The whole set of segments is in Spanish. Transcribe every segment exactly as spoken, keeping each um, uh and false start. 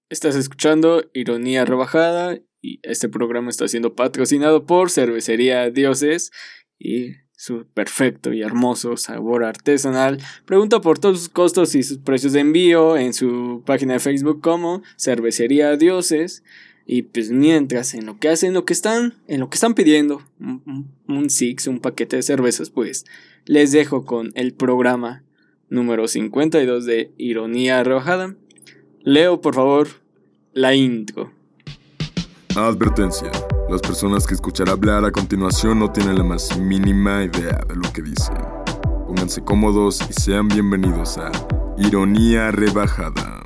Estás escuchando Ironía Rebajada y este programa está siendo patrocinado por Cervecería Dioses y su perfecto y hermoso sabor artesanal. Pregunta por todos sus costos y sus precios de envío en su página de Facebook como Cervecería Dioses. Y pues mientras en lo que hacen, lo que están, en lo que están pidiendo un, un, un six, un paquete de cervezas, pues les dejo con el programa número cincuenta y dos de Ironía Rebajada. Leo, por favor, la intro. Advertencia. Las personas que escuchará hablar a continuación no tienen la más mínima idea de lo que dicen. Pónganse cómodos y sean bienvenidos a Ironía Rebajada.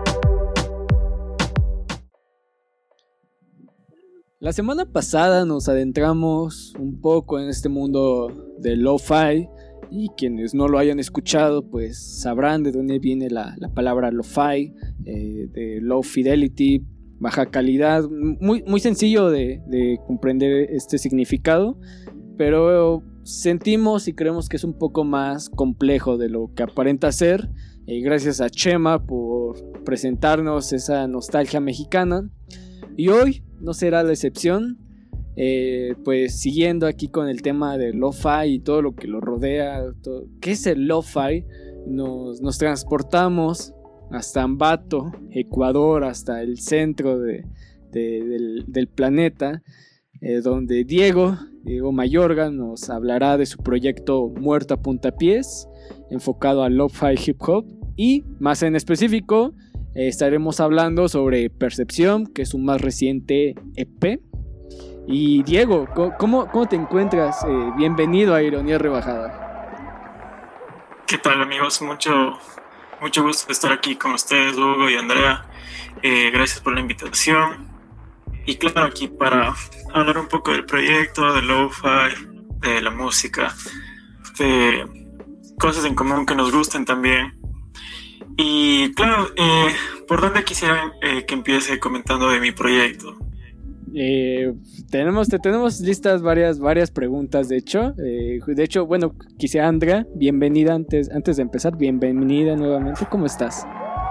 La semana pasada nos adentramos un poco en este mundo del lo-fi. Y quienes no lo hayan escuchado, pues sabrán de dónde viene la, la palabra lo-fi, eh, de low fidelity, baja calidad. Muy, muy sencillo de, de comprender este significado, pero sentimos y creemos que es un poco más complejo de lo que aparenta ser. Eh, gracias a Chema por presentarnos esa nostalgia mexicana. Y hoy no será la excepción. Eh, pues siguiendo aquí con el tema del lo-fi y todo lo que lo rodea, todo, ¿qué es el lo-fi? Nos, nos transportamos hasta Ambato, Ecuador, hasta el centro de, de, del, del planeta, eh, donde Diego, Diego Mayorga nos hablará de su proyecto Muerto a Puntapiés, enfocado al lo-fi hip hop, y más en específico eh, estaremos hablando sobre Percepción, que es su más reciente E P. Y Diego, ¿cómo, cómo te encuentras? Eh, bienvenido a Ironía Rebajada. ¿Qué tal, amigos? Mucho, mucho gusto de estar aquí con ustedes, Hugo y Andrea. Eh, gracias por la invitación. Y claro, aquí para hablar un poco del proyecto, del lo-fi, de la música, de cosas en común que nos gusten también. Y claro, eh, ¿por dónde quisiera eh, que empiece comentando de mi proyecto? Eh, tenemos, te tenemos listas varias, varias preguntas, de hecho. Eh, de hecho, bueno, quisiera, Andrea, bienvenida antes, antes de empezar, bienvenida nuevamente. ¿Cómo estás?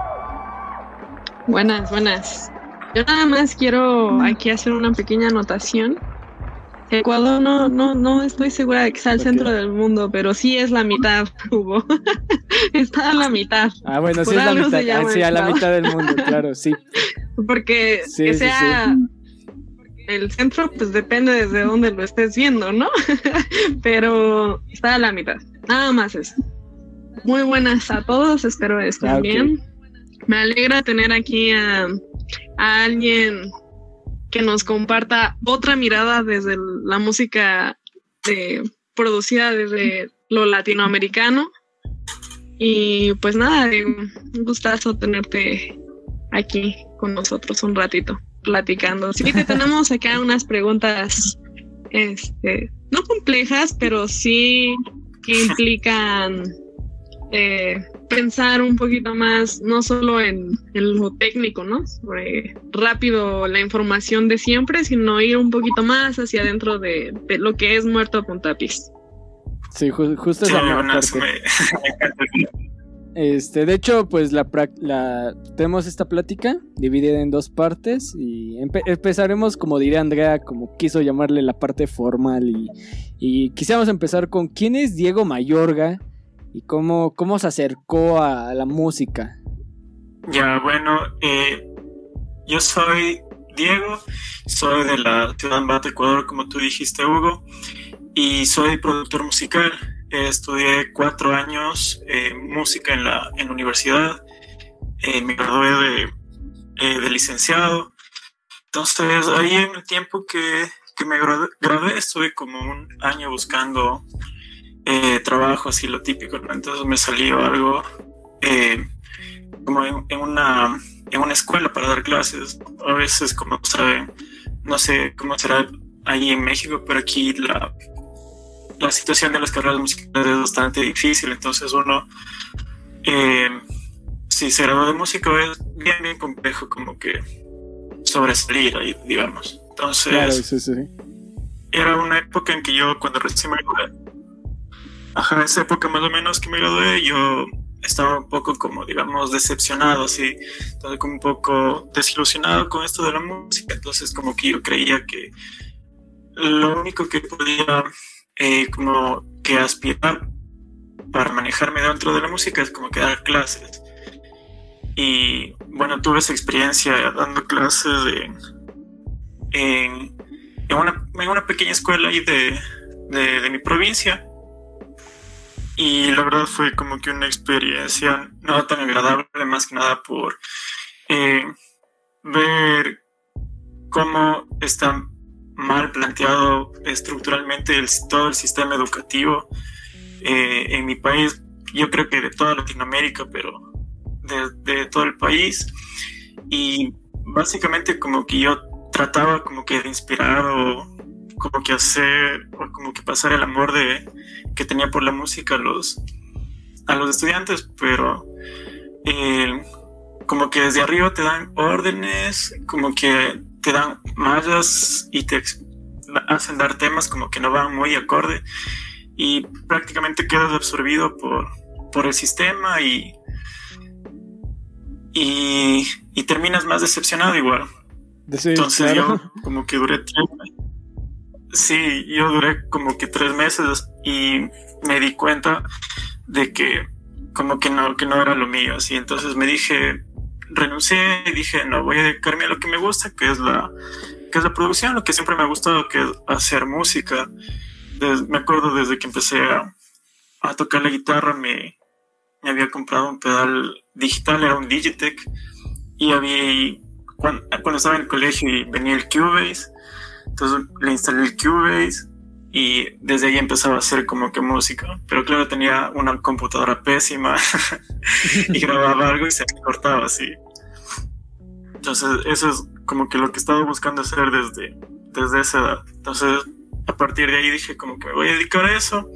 Buenas, buenas. Yo nada más quiero aquí hacer una pequeña anotación. Ecuador no, no, no estoy segura de que sea el okay. centro del mundo, pero sí es la mitad, Hugo. Está a la mitad. Ah, bueno, sí es la mitad. Ah, sí, a la mitad del mundo, claro, sí. Porque sí, que sea... Sí, sí. El centro, pues depende desde dónde lo estés viendo, ¿no? Pero está a la mitad. Nada más eso. Muy buenas a todos, espero estén ah, okay. bien. Me alegra tener aquí a, a alguien que nos comparta otra mirada desde la música de, producida desde lo latinoamericano. Y pues nada, un gustazo tenerte aquí con nosotros un ratito, platicando. Sí, te tenemos acá unas preguntas, este, no complejas, pero sí que implican eh, pensar un poquito más, no solo en, en lo técnico, ¿no? Sobre rápido la información de siempre, sino ir un poquito más hacia adentro de, de lo que es Muerto a Puntapiés. Sí, ju- justo esa parte. Este, de hecho, pues la, la tenemos esta plática dividida en dos partes y empe- empezaremos, como diría Andrea, como quiso llamarle, la parte formal y, y quisiéramos empezar con ¿quién es Diego Mayorga y cómo, cómo se acercó a, a la música? Ya, bueno, eh, yo soy Diego, soy de la ciudad de Ambato, Ecuador, como tú dijiste, Hugo, y soy productor musical. Eh, estudié cuatro años eh, música en la, en la universidad, eh, me gradué de, eh, de licenciado. Entonces ahí en el tiempo que, que me gradué, gradué estuve como un año buscando eh, trabajo, así lo típico, ¿no? Entonces me salió algo eh, como en, en, una, en una escuela para dar clases. A veces, como saben, no sé cómo será ahí en México, pero aquí la la situación de las carreras musicales es bastante difícil, entonces uno, eh, si se gradúa de músico, es bien, bien complejo como que sobresalir ahí, digamos. Entonces, claro, sí, sí. Era una época en que yo, cuando recién me gradué, ajá, esa época más o menos que me gradué, yo estaba un poco como, digamos, decepcionado, así, estaba como un poco desilusionado con esto de la música. Entonces como que yo creía que lo único que podía eh, como que aspirar para manejarme dentro de la música es como que dar clases. Y bueno, tuve esa experiencia dando clases en, en, en, una, en una pequeña escuela ahí de, de, de mi provincia. Y la verdad fue como que una experiencia no tan agradable, más que nada por eh, ver cómo está mal planteado estructuralmente el, todo el sistema educativo eh, en mi país. Yo creo que de toda Latinoamérica, pero de, de todo el país. Y básicamente como que yo trataba como que de inspirar o como que hacer o como que pasar el amor de que tenía por la música a los a los estudiantes, pero eh, como que desde arriba te dan órdenes, como que te dan mallas y te hacen dar temas como que no van muy acorde y prácticamente quedas absorbido por, por el sistema y, y y terminas más decepcionado igual. Sí, entonces claro. Yo como que duré tres sí, yo duré como que tres meses y me di cuenta de que como que no, que no era lo mío, así. Entonces me dije, renuncié y dije, no, voy a dedicarme a lo que me gusta, que es la, que es la producción, lo que siempre me ha gustado, que es hacer música. Des, me acuerdo desde que empecé a, a tocar la guitarra, me, me había comprado un pedal digital, era un Digitech, y había, cuando, cuando estaba en el colegio y venía el Cubase, entonces le instalé el Cubase y desde ahí empezaba a hacer como que música. Pero claro, tenía una computadora pésima y grababa algo y se me cortaba así. Entonces eso es como que lo que estaba buscando hacer desde, desde esa edad. Entonces a partir de ahí dije como que me voy a dedicar a eso.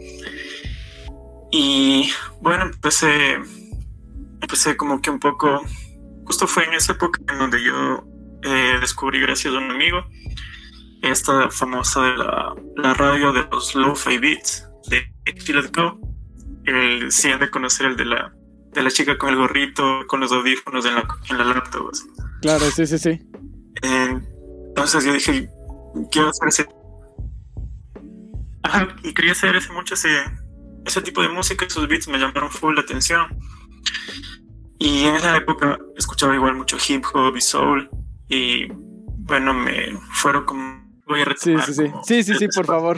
Y bueno, empecé, empecé como que un poco... Justo fue en esa época en donde yo eh, descubrí, gracias a un amigo, esta famosa de la, la radio de los Lo-Fi Beats de Philip Co. El, sí han de conocer el de la, de la chica con el gorrito, con los audífonos en la, en la laptop. Así. Claro, sí, sí, sí. Eh, entonces yo dije, quiero hacer ese... Ajá, y quería hacer ese, mucho ese, ese tipo de música. Esos beats me llamaron full la atención. Y en esa época escuchaba igual mucho hip hop y soul. Y bueno, me fueron como... Voy a retomar. Sí, sí, sí. Sí, sí, sí, por favor.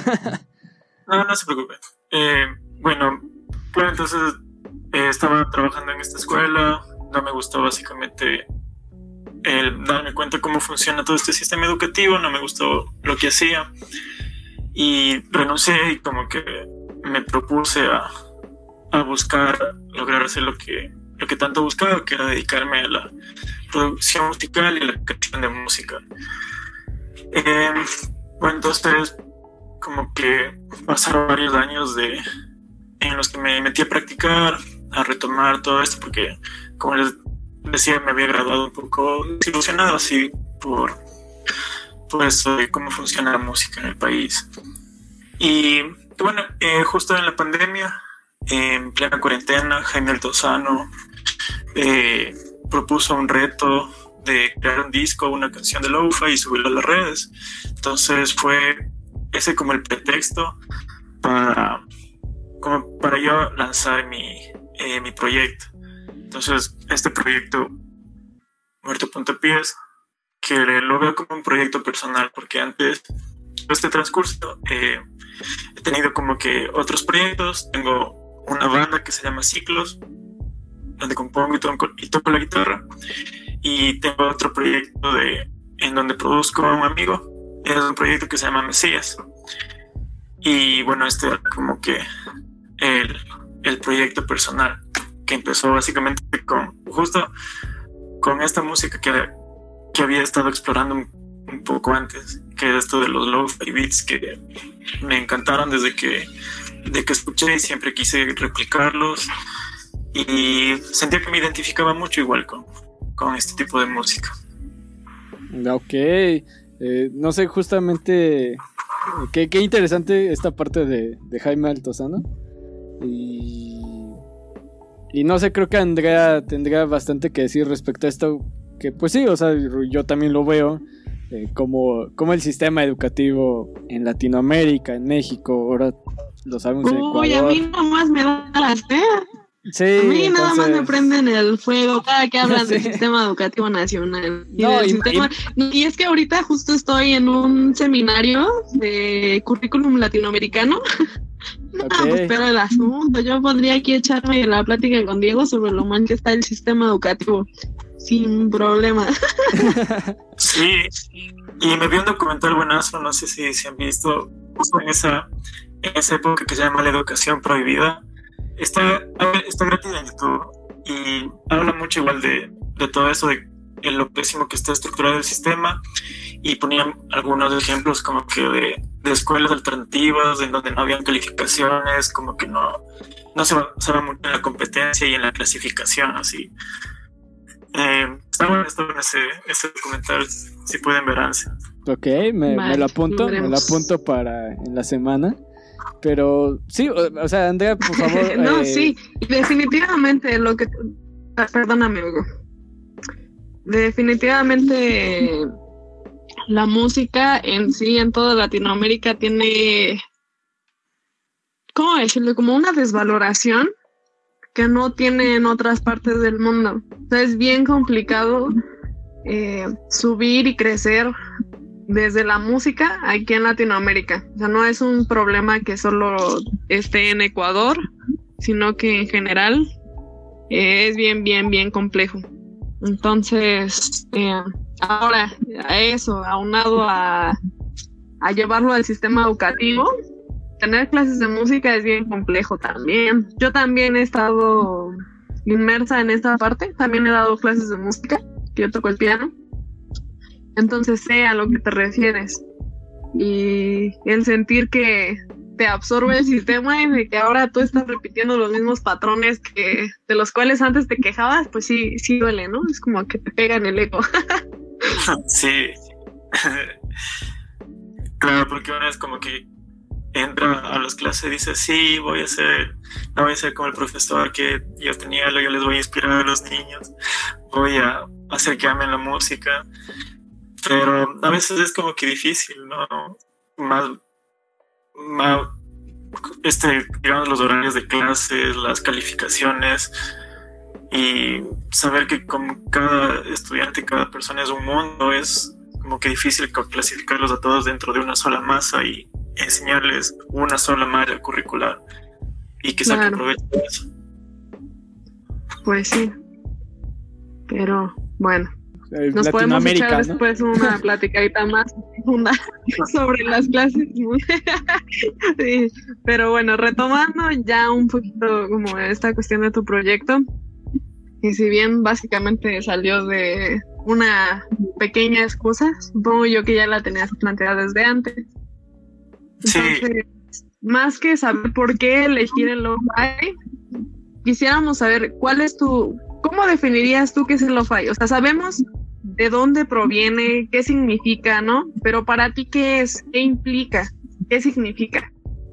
No, no se preocupe. Eh, bueno, pues entonces eh, estaba trabajando en esta escuela. No me gustó básicamente el darme cuenta cómo funciona todo este sistema educativo. No me gustó lo que hacía. Y renuncié y como que me propuse a, a buscar lograr hacer lo que, lo que tanto buscaba, que era dedicarme a la producción musical y a la creación de música. Eh, bueno, entonces como que pasaron varios años de, en los que me metí a practicar, a retomar todo esto, porque como les decía, me había graduado un poco desilusionado así por, por eso de cómo funciona la música en el país. Y bueno, eh, justo en la pandemia, eh, en plena cuarentena, Jaime Altozano eh, propuso un reto de crear un disco, una canción de lo-fi y subirlo a las redes. Entonces fue ese como el pretexto para, como para yo lanzar mi, eh, mi proyecto. Entonces este proyecto, Muerto Puntapiés, que lo veo como un proyecto personal, porque antes de este transcurso eh, he tenido como que otros proyectos. Tengo una banda que se llama Ciclos, donde compongo y toco, y toco la guitarra. Y tengo otro proyecto de, en donde produzco a un amigo. Es un proyecto que se llama Mesías. Y bueno, este era como que el, el proyecto personal, que empezó básicamente con justo con esta música que, que había estado explorando un, un poco antes, que es esto de los lo-fi beats, que me encantaron desde que, de que escuché y siempre quise replicarlos. Y sentía que me identificaba mucho igual con con este tipo de música. Ok, eh, no sé, justamente qué, qué interesante esta parte de, de Jaime Altozano y, Y no sé, creo que Andrea tendría bastante que decir respecto a esto, que pues sí, o sea, yo también lo veo, eh, como, como el sistema educativo en Latinoamérica, en México, ahora lo sabemos en Ecuador. Uy, a mí nomás me da las ideas. Sí, a mí entonces... nada más me prenden el fuego cada que hablan sí. del sistema educativo nacional. Y, no, y, sistema... y... y es que ahorita justo estoy en un seminario de currículum latinoamericano. No, okay. Pues pero el asunto, yo podría aquí echarme la plática con Diego sobre lo mal que está el sistema educativo, sin problema. Sí, y me vi un documental buenazo, no sé si se han visto, justo en esa, en esa época que se llama La Educación Prohibida. Está, está gratis en YouTube y habla mucho igual de, de todo eso, de, de lo pésimo que está estructurado el sistema, y ponían algunos ejemplos como que de, de escuelas alternativas en donde no habían calificaciones, como que no, no se basaba mucho en la competencia y en la clasificación, así. Eh, está bueno, está bueno ese, ese documental, si pueden ver. Ok, me, vale, me lo apunto, me lo apunto para en la semana. Pero sí, o, o sea, Andrea, por favor. no, eh... sí, definitivamente lo que... Ah, perdóname, Hugo. Definitivamente la música en sí, en toda Latinoamérica, tiene, ¿cómo decirlo? Como una desvaloración que no tiene en otras partes del mundo. O sea, es bien complicado eh, subir y crecer desde la música aquí en Latinoamérica. O sea, no es un problema que solo esté en Ecuador, sino que en general eh, es bien, bien, bien complejo. Entonces, eh, ahora, a eso, aunado a, a llevarlo al sistema educativo, tener clases de música es bien complejo también. Yo también he estado inmersa en esta parte, también he dado clases de música, que yo toco el piano. Entonces sé a lo que te refieres. Y el sentir que te absorbe el sistema y de que ahora tú estás repitiendo los mismos patrones que de los cuales antes te quejabas, pues sí, sí duele, ¿no? Es como que te pega en el ego. Sí. Claro, porque uno es como que entra a las clases y dice, sí, voy a ser, no voy a ser como el profesor que yo tenía, yo les voy a inspirar a los niños, voy a hacer que amen la música. Pero a veces es como que difícil, ¿no? Más, más este, digamos, los horarios de clases, las calificaciones, y saber que como cada estudiante, cada persona es un mundo, es como que difícil clasificarlos a todos dentro de una sola masa y enseñarles una sola malla curricular y que saquen claro. provecho de eso. Pues sí, pero bueno. Nos podemos echar después, ¿no? Una platicadita más profunda sobre las clases. Sí, pero bueno, retomando ya un poquito como esta cuestión de tu proyecto, y si bien básicamente salió de una pequeña excusa, supongo yo que ya la tenías planteada desde antes. Entonces, sí. Más que saber por qué elegir el lo-fi, quisiéramos saber cuál es tu... ¿Cómo definirías tú qué es el lo-fi? O sea, sabemos de dónde proviene, qué significa, ¿no? Pero para ti, ¿qué es? ¿Qué implica? ¿Qué significa?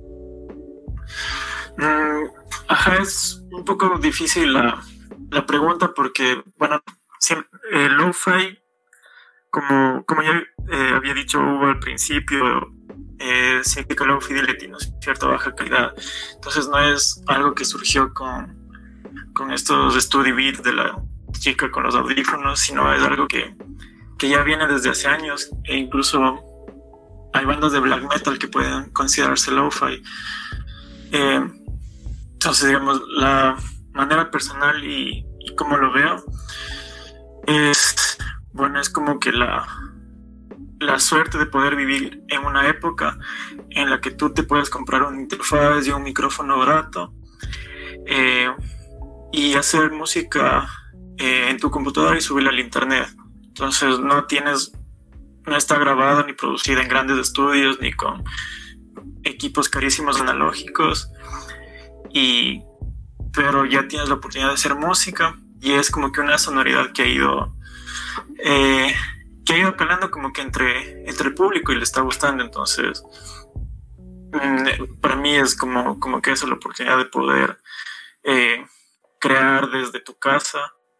Mm, ajá, es un poco difícil la, la pregunta porque, bueno, el lo-fi, como, como ya eh, había dicho Hugo al principio, eh, significa low fidelity, ¿no? Cierta baja calidad. Entonces no es algo que surgió con con estos study beats de la chica con los audífonos, sino es algo que, que ya viene desde hace años, e incluso hay bandas de black metal que pueden considerarse lo-fi. Eh, entonces, digamos, la manera personal y, y cómo lo veo es, bueno, es como que la, la suerte de poder vivir en una época en la que tú te puedes comprar una interfaz y un micrófono barato, eh, y hacer música eh, en tu computadora y subirla al internet. Entonces no tienes, no está grabada ni producida en grandes estudios ni con equipos carísimos analógicos, y pero ya tienes la oportunidad de hacer música, y es como que una sonoridad que ha ido eh, que ha ido calando como que entre, entre el público y le está gustando. Entonces para mí es como, como que esa es la oportunidad de poder eh, crear desde tu casa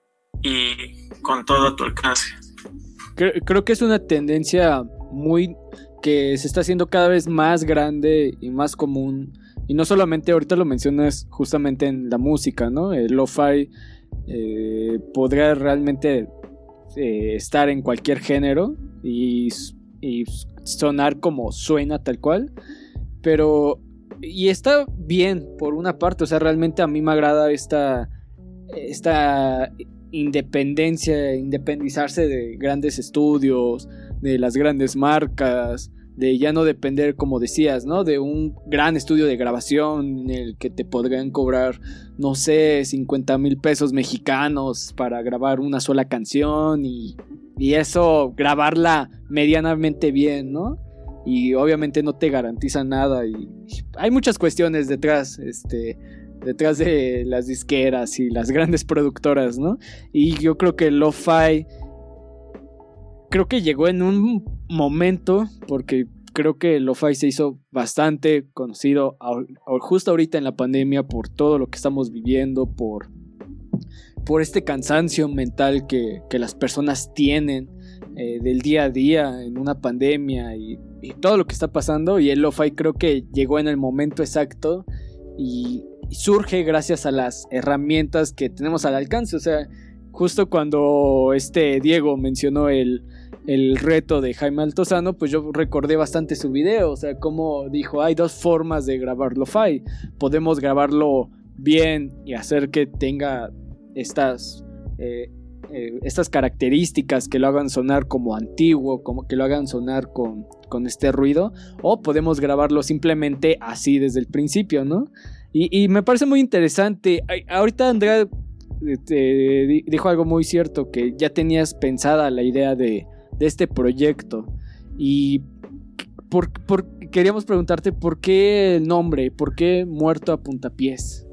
y con todo a tu alcance. Creo, creo que es una tendencia muy que se está haciendo cada vez más grande y más común, y no solamente ahorita lo mencionas justamente en la música, ¿no? El lo-fi eh, podría realmente eh, estar en cualquier género y, y sonar como suena tal cual, pero y está bien por una parte, o sea, realmente a mí me agrada esta esta independencia, independizarse de grandes estudios, de las grandes marcas, de ya no depender, como decías, ¿no? De un gran estudio de grabación en el que te podrían cobrar, no sé, cincuenta mil pesos mexicanos para grabar una sola canción y, y eso, grabarla medianamente bien, ¿no? Y obviamente no te garantiza nada y hay muchas cuestiones detrás, este... detrás de las disqueras y las grandes productoras, ¿no? Y yo creo que el lo-fi creo que llegó en un momento, porque creo que el lo-fi se hizo bastante conocido justo ahorita en la pandemia por todo lo que estamos viviendo, por, por este cansancio mental que, que las personas tienen eh, del día a día en una pandemia y, y todo lo que está pasando, y el lo-fi creo que llegó en el momento exacto y surge gracias a las herramientas que tenemos al alcance. O sea, justo cuando este Diego mencionó el, el reto de Jaime Altozano, pues yo recordé bastante su video, o sea, como dijo, hay dos formas de grabar lo-fi, podemos grabarlo bien y hacer que tenga estas eh, eh, estas características que lo hagan sonar como antiguo, como que lo hagan sonar con, con este ruido, o podemos grabarlo simplemente así desde el principio, ¿no? Y, y me parece muy interesante. Ahorita Andrea te dijo algo muy cierto, que ya tenías pensada la idea de, de este proyecto. Y por, por, queríamos preguntarte por qué el nombre, por qué Muerto a Puntapiés.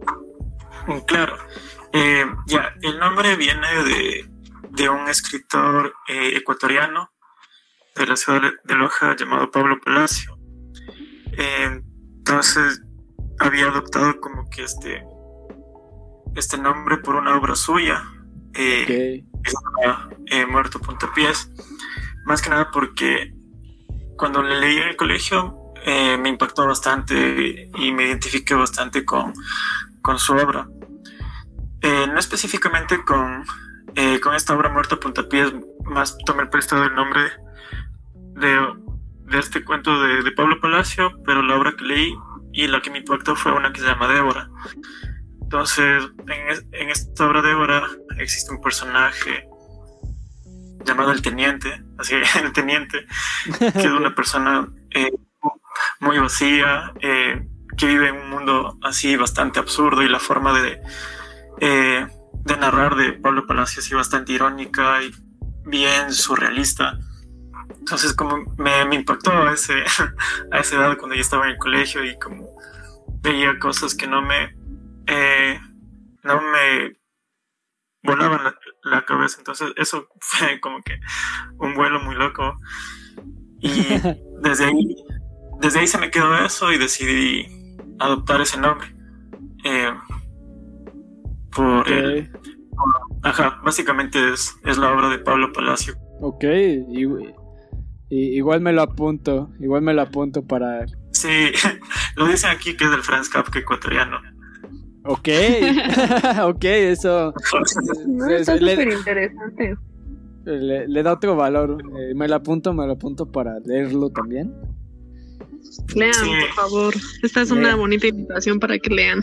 Claro, eh, ya, el nombre viene de, de un escritor eh, ecuatoriano de la ciudad de Loja llamado Pablo Palacio. Eh, entonces había adoptado como que este este nombre por una obra suya, eh, okay. Estaba, eh, Muerto a Puntapiés, más que nada porque cuando le leí en el colegio eh, me impactó bastante y me identifiqué bastante con, con su obra, eh, no específicamente con, eh, con esta obra Muerto a Puntapiés, más tomé prestado el nombre de, de este cuento de, de Pablo Palacio, pero la obra que leí y la que me impactó fue una que se llama Débora. Entonces, en, en esta obra Débora existe un personaje llamado el Teniente, así el Teniente, que es una persona eh, muy vacía, eh, que vive en un mundo así bastante absurdo, y la forma de, eh, de narrar de Pablo Palacio así bastante irónica y bien surrealista. Entonces como me, me impactó a, ese, a esa edad cuando yo estaba en el colegio y como veía cosas que no me eh, no me volaban la, la cabeza. Entonces eso fue como que un vuelo muy loco y desde ahí desde ahí se me quedó eso y decidí adoptar ese nombre eh, por okay. el por, ajá, básicamente es, es la obra de Pablo Palacio. Ok, y Y igual me lo apunto, igual me lo apunto para... Sí, lo dicen aquí que es del Franz Kafka ecuatoriano. Ok, ok, eso... No, está súper interesante. Le, le da otro valor, eh, me lo apunto, me lo apunto para leerlo también. Lean, sí. Por favor, esta es una lean. Bonita invitación para que lean.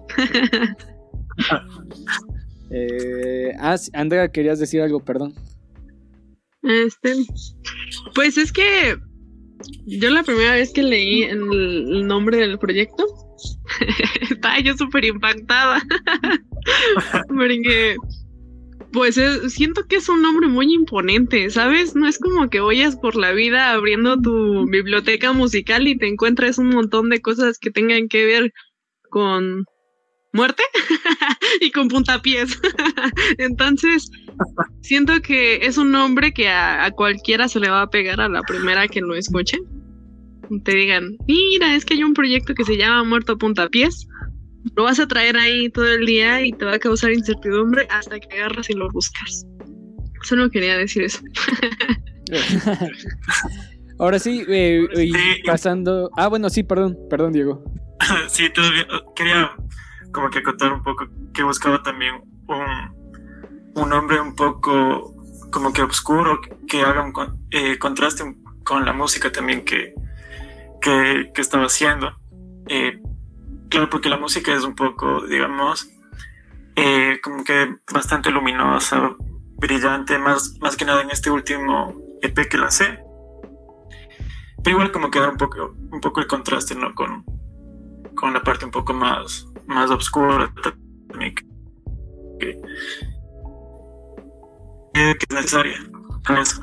eh, ah, Andrea, querías decir algo, perdón. Este, pues es que yo la primera vez que leí el, el nombre del proyecto estaba yo súper impactada porque pues es, siento que es un nombre muy imponente, ¿sabes? No es como que vayas por la vida abriendo tu biblioteca musical y te encuentres un montón de cosas que tengan que ver con muerte y con puntapiés. Entonces siento que es un nombre que a, a cualquiera se le va a pegar a la primera que lo escuche. Te digan, mira, es que hay un proyecto que se llama Muerto a Puntapiés. lo vas a traer ahí todo el día y te va a causar incertidumbre hasta que agarras y lo buscas. Solo quería decir eso. Ahora sí, eh, y pasando... Ah, bueno, sí, perdón, perdón, Diego. Sí, todavía quería como que acotar un poco que buscaba también un, un hombre un poco como que oscuro, que haga un eh, contraste con la música también que, que, que estaba haciendo. Eh, claro, porque la música es un poco, digamos, eh, como que bastante luminosa, brillante, más, más que nada en este último E P que lancé. Pero igual como que da un poco, un poco el contraste, ¿no? Con, con la parte un poco más, más oscura también que, que es necesaria con eso.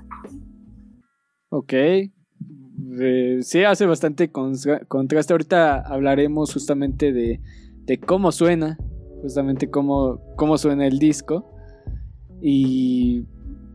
Ok. Eh, sí, hace bastante contraste. Ahorita hablaremos justamente de, de cómo suena, justamente cómo, cómo suena el disco. Y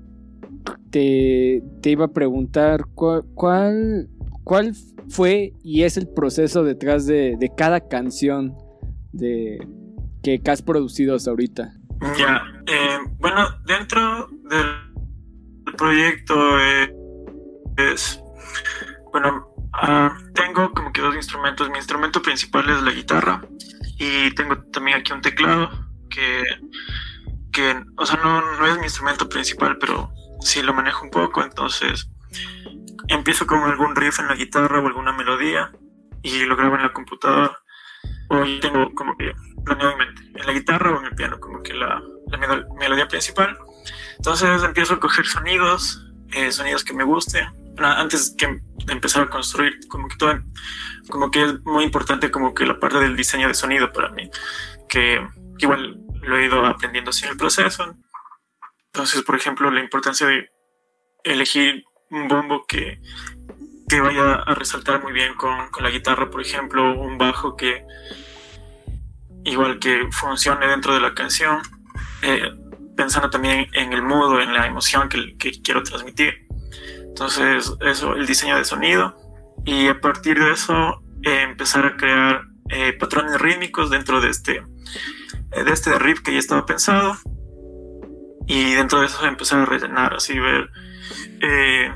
te, te iba a preguntar cuál, cuál, cuál fue y es el proceso detrás de, de cada canción de, que, que has producido hasta ahorita. Ya, eh, bueno, dentro del proyecto eh, es, bueno, uh, tengo como que dos instrumentos. Mi instrumento principal es la guitarra y tengo también aquí un teclado que, que o sea, no, no es mi instrumento principal, pero sí lo manejo un poco. Entonces empiezo con algún riff en la guitarra o alguna melodía y lo grabo en la computadora. Hoy tengo como que planeado en mente, en la guitarra o en el piano, como que la, la mel- melodía principal. Entonces empiezo a coger sonidos, eh, sonidos que me gusten. Antes que de empezar a construir, como que todo, como que es muy importante como que la parte del diseño de sonido para mí, que, que igual lo he ido aprendiendo así en el proceso. Entonces, por ejemplo, la importancia de elegir un bombo que, que vaya a resaltar muy bien con, con la guitarra, por ejemplo, un bajo que igual que funcione dentro de la canción, eh, pensando también en el mood, en la emoción que, que quiero transmitir. Entonces, eso, el diseño de sonido, y a partir de eso eh, empezar a crear eh, patrones rítmicos dentro de este, eh, de este riff que ya estaba pensado, y dentro de eso empezar a rellenar, así ver eh,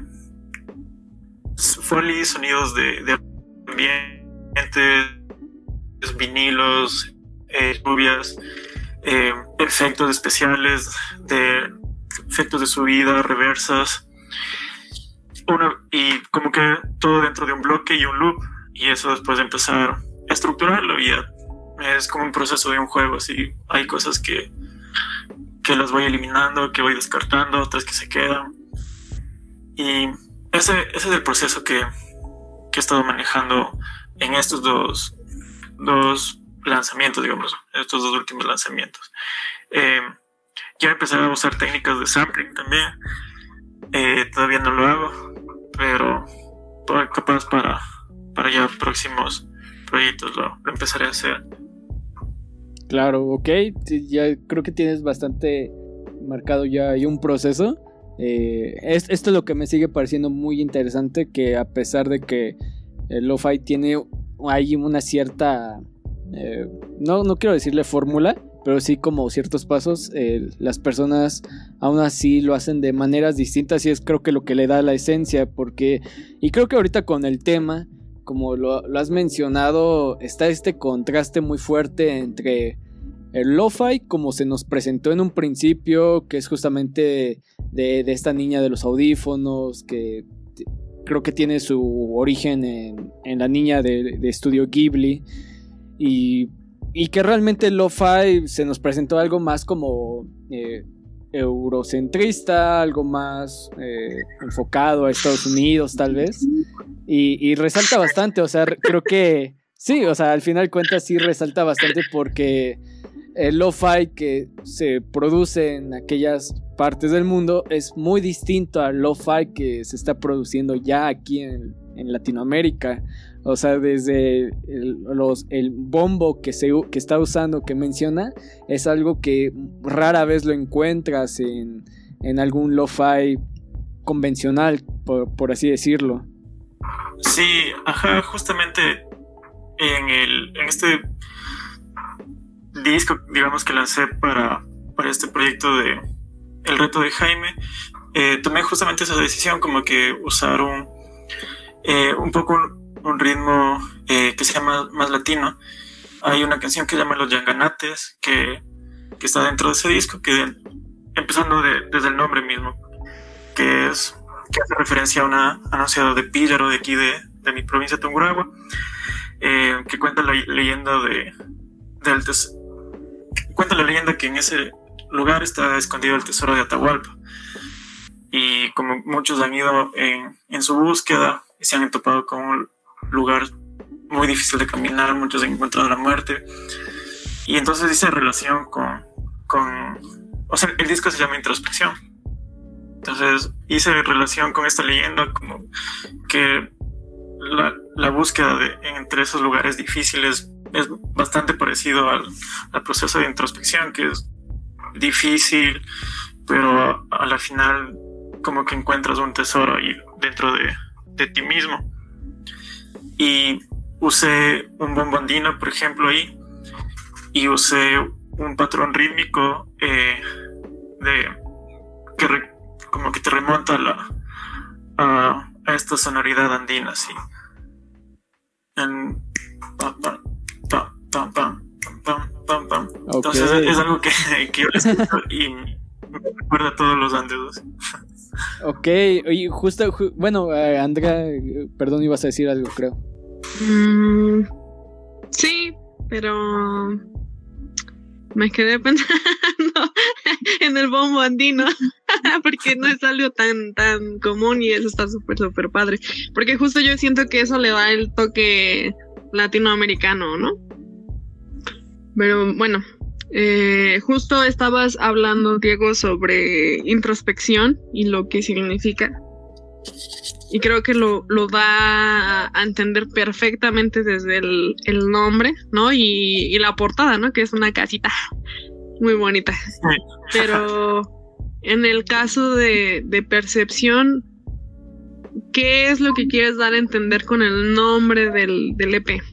foley, sonidos de, de ambiente, vinilos, eh, lluvias, eh, efectos especiales, de efectos de subida, reversas, una, y como que todo dentro de un bloque y un loop, y eso después de empezar a estructurarlo, y ya es como un proceso de un juego. Así hay cosas que, que las voy eliminando, que voy descartando, otras que se quedan, y ese, ese es el proceso que, que he estado manejando en estos dos, dos lanzamientos, digamos, estos dos últimos lanzamientos. Eh, quiero empezar a usar técnicas de sampling también. Eh, todavía no lo hago, pero capaz para, para ya próximos proyectos lo, lo empezaré a hacer. Claro, ok, ya creo que tienes bastante marcado ya hay un proceso. Eh, es, esto es lo que me sigue pareciendo muy interesante, que a pesar de que el lo-fi tiene ahí una cierta, eh, no, no quiero decirle fórmula, pero sí como ciertos pasos, eh, las personas aún así lo hacen de maneras distintas, y es creo que lo que le da la esencia, porque, y creo que ahorita con el tema, como lo, lo has mencionado, está este contraste muy fuerte entre el lo-fi como se nos presentó en un principio, que es justamente de, de esta niña de los audífonos, que t- creo que tiene su origen en, en la niña de, de Estudio Ghibli, y Y que realmente el lo-fi se nos presentó algo más como eh, eurocentrista, algo más eh, enfocado a Estados Unidos tal vez, y, y resalta bastante, o sea, creo que sí, o sea, al final cuentas sí resalta bastante, porque el lo-fi que se produce en aquellas partes del mundo es muy distinto al lo-fi que se está produciendo ya aquí en, en Latinoamérica. O sea, desde el, los, el bombo que, se, que está usando, que menciona, es algo que rara vez lo encuentras en, en algún lo-fi convencional, por, por así decirlo. Sí, ajá, justamente en, el, en este disco, digamos, que lancé para, para este proyecto de El Reto de Jaime, eh, tomé justamente esa decisión, como que usar un, eh, un poco un, un ritmo eh, que sea más, más latino. Hay una canción que se llama Los Yanganates, que, que está dentro de ese disco, que empezando de, desde el nombre mismo, que es que hace referencia a una, a una ciudad de Píllaro, de aquí de, de mi provincia de Tungurahua, eh, que cuenta la leyenda de, del tes- cuenta la leyenda que en ese lugar está escondido el tesoro de Atahualpa, y como muchos han ido en, en su búsqueda y se han topado con un lugar muy difícil de caminar, muchos han encontrado la muerte, y entonces hice relación con, con o sea, el disco se llama Introspección. Entonces hice relación con esta leyenda, como que la, la búsqueda de, entre esos lugares difíciles es bastante parecido al, al proceso de introspección, que es difícil, pero a la final como que encuentras un tesoro ahí dentro de, de ti mismo. Y usé un bombo andino, por ejemplo, ahí, y usé un patrón rítmico eh, de que re, como que te remonta a, la, a, a esta sonoridad andina, así. En, pam, pam, pam, pam, pam, pam, pam, pam. Okay. Entonces es algo que, que yo escucho y me recuerda a todos los Andes. Ok, oye, justo, ju- bueno, uh, Andrea, perdón, ibas a decir algo, creo. Mm, sí, pero me quedé pensando en el bombo andino, porque no es algo tan tan común y eso está súper súper padre, porque justo yo siento que eso le da el toque latinoamericano, ¿no? Pero bueno, eh, justo estabas hablando, Diego, sobre introspección y lo que significa, y creo que lo, lo da a entender perfectamente desde el, el nombre, ¿no? Y, y la portada, ¿no? Que es una casita muy bonita. Pero en el caso de, de percepción, ¿qué es lo que quieres dar a entender con el nombre del, del E P?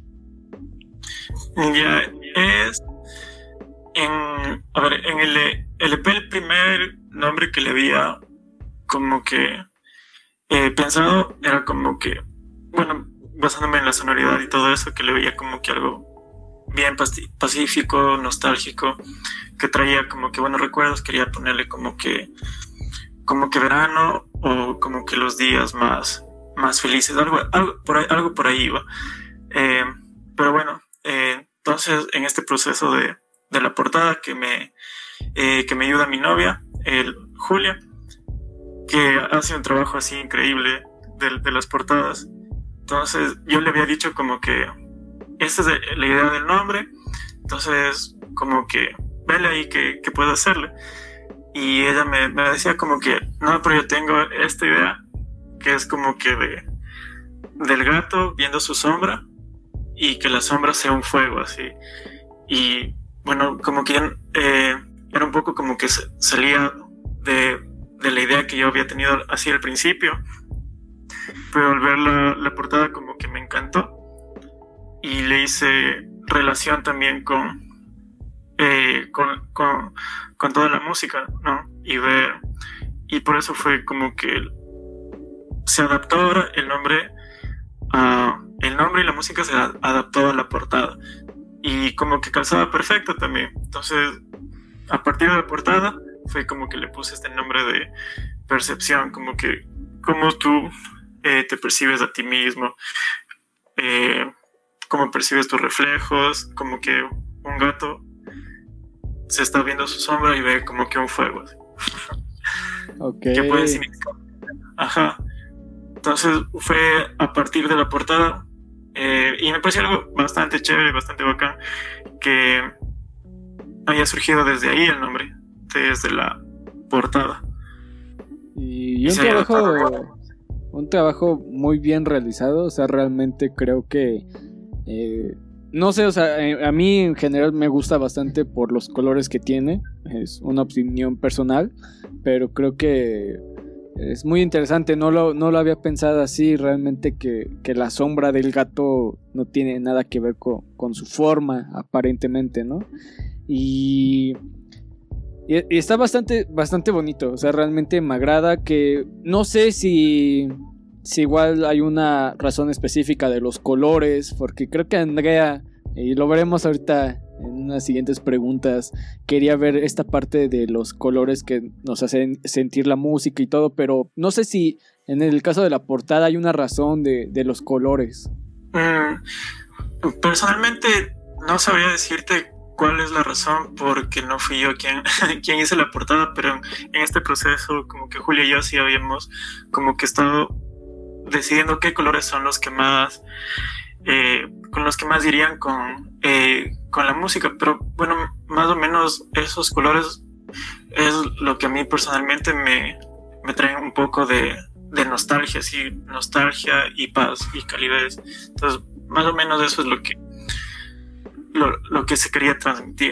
Ya, es... En, a ver, en el, el E P, el primer nombre que le había como que eh, pensado era como que, bueno, basándome en la sonoridad y todo eso, que le veía como que algo bien pasti- pacífico, nostálgico, que traía como que buenos recuerdos. Quería ponerle como que como que verano, o como que los días más, más felices, algo, algo, por ahí, algo por ahí iba. Eh, pero bueno, eh, entonces en este proceso de, de la portada que me, eh, que me ayuda mi novia, el, Julia, que hace un trabajo así increíble de, de las portadas. Entonces yo le había dicho como que esta es la idea del nombre, entonces como que vele ahí que, que puedo hacerle. Y ella me, me decía como que no, pero yo tengo esta idea que es como que de, del gato viendo su sombra y que la sombra sea un fuego así. Y bueno, como que eh, era un poco como que salía de, de la idea que yo había tenido así al principio, pero al ver la, la portada como que me encantó y le hice relación también con eh, con, con, con toda la música, ¿no? Y ver, y por eso fue como que se adaptó ahora el nombre a, el nombre y la música se adaptó a la portada y como que calzaba perfecto también. Entonces a partir de la portada fue como que le puse este nombre de percepción, como que cómo tú eh, te percibes a ti mismo, eh, cómo percibes tus reflejos, como que un gato se está viendo su sombra y ve como que un fuego. Okay. ¿Qué puede significar? Ajá. Entonces fue a partir de la portada eh, y me pareció algo bastante chévere, bastante bacán, que haya surgido desde ahí el nombre, desde la portada. Y, y un trabajo un trabajo muy bien realizado, o sea, realmente creo que eh, no sé, o sea, a mí en general me gusta bastante por los colores que tiene, es una opinión personal, pero creo que es muy interesante, no lo, no lo había pensado así, realmente que, que la sombra del gato no tiene nada que ver con, con su forma, aparentemente, ¿no? y, y, y está bastante, bastante bonito. O sea, realmente me agrada. Que no sé si, si igual hay una razón específica de los colores, porque creo que Andrea, y lo veremos ahorita en unas siguientes preguntas, quería ver esta parte de los colores que nos hacen sentir la música y todo, pero no sé si en el caso de la portada hay una razón de, de los colores. Mm, personalmente no sabría decirte cuál es la razón, porque no fui yo quien, quien hice la portada, pero en este proceso como que Julia y yo sí habíamos como que estado decidiendo qué colores son los que más eh, con los que más irían con, eh, con la música, pero bueno, más o menos esos colores es lo que a mí personalmente me, me traen un poco de, de nostalgia, sí, nostalgia y paz y calidez. Entonces, más o menos eso es lo que lo, lo que se quería transmitir.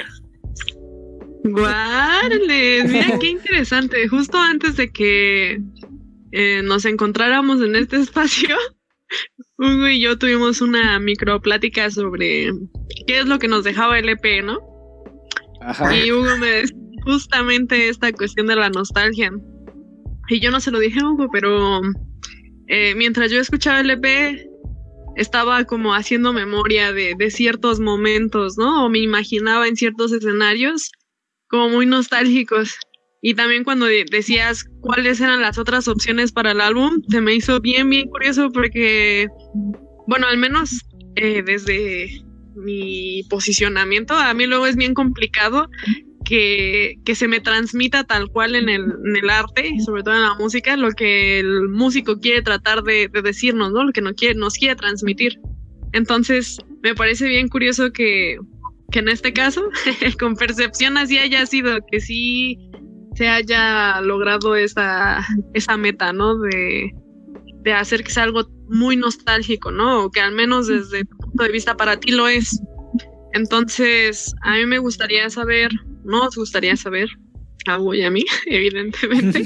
¡Guarles! Mira qué interesante. Justo antes de que eh, nos encontráramos en este espacio, Hugo y yo tuvimos una micro plática sobre qué es lo que nos dejaba el E P, ¿no? Ajá. Y Hugo me decía justamente esta cuestión de la nostalgia. Y yo no se lo dije a Hugo, pero eh, mientras yo escuchaba el E P, estaba como haciendo memoria de, de ciertos momentos, ¿no? O me imaginaba en ciertos escenarios como muy nostálgicos. Y también cuando de- decías cuáles eran las otras opciones para el álbum, se me hizo bien, bien curioso porque, bueno, al menos eh, desde mi posicionamiento, a mí luego es bien complicado que, que se me transmita tal cual en el, en el arte, y sobre todo en la música, lo que el músico quiere tratar de, de decirnos, ¿no? Lo que nos quiere, nos quiere transmitir. Entonces, me parece bien curioso que, que en este caso, con Percepción así haya sido, que sí se haya logrado esa, esa meta, ¿no? De, de hacer que sea algo muy nostálgico, ¿no? O que al menos desde tu punto de vista para ti lo es. Entonces, a mí me gustaría saber, no os gustaría saber, a Hugo y a mí, evidentemente,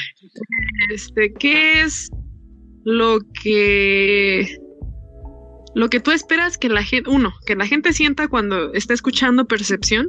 este, ¿qué es lo que lo que tú esperas que la gente, uno, que la gente sienta cuando está escuchando Percepción?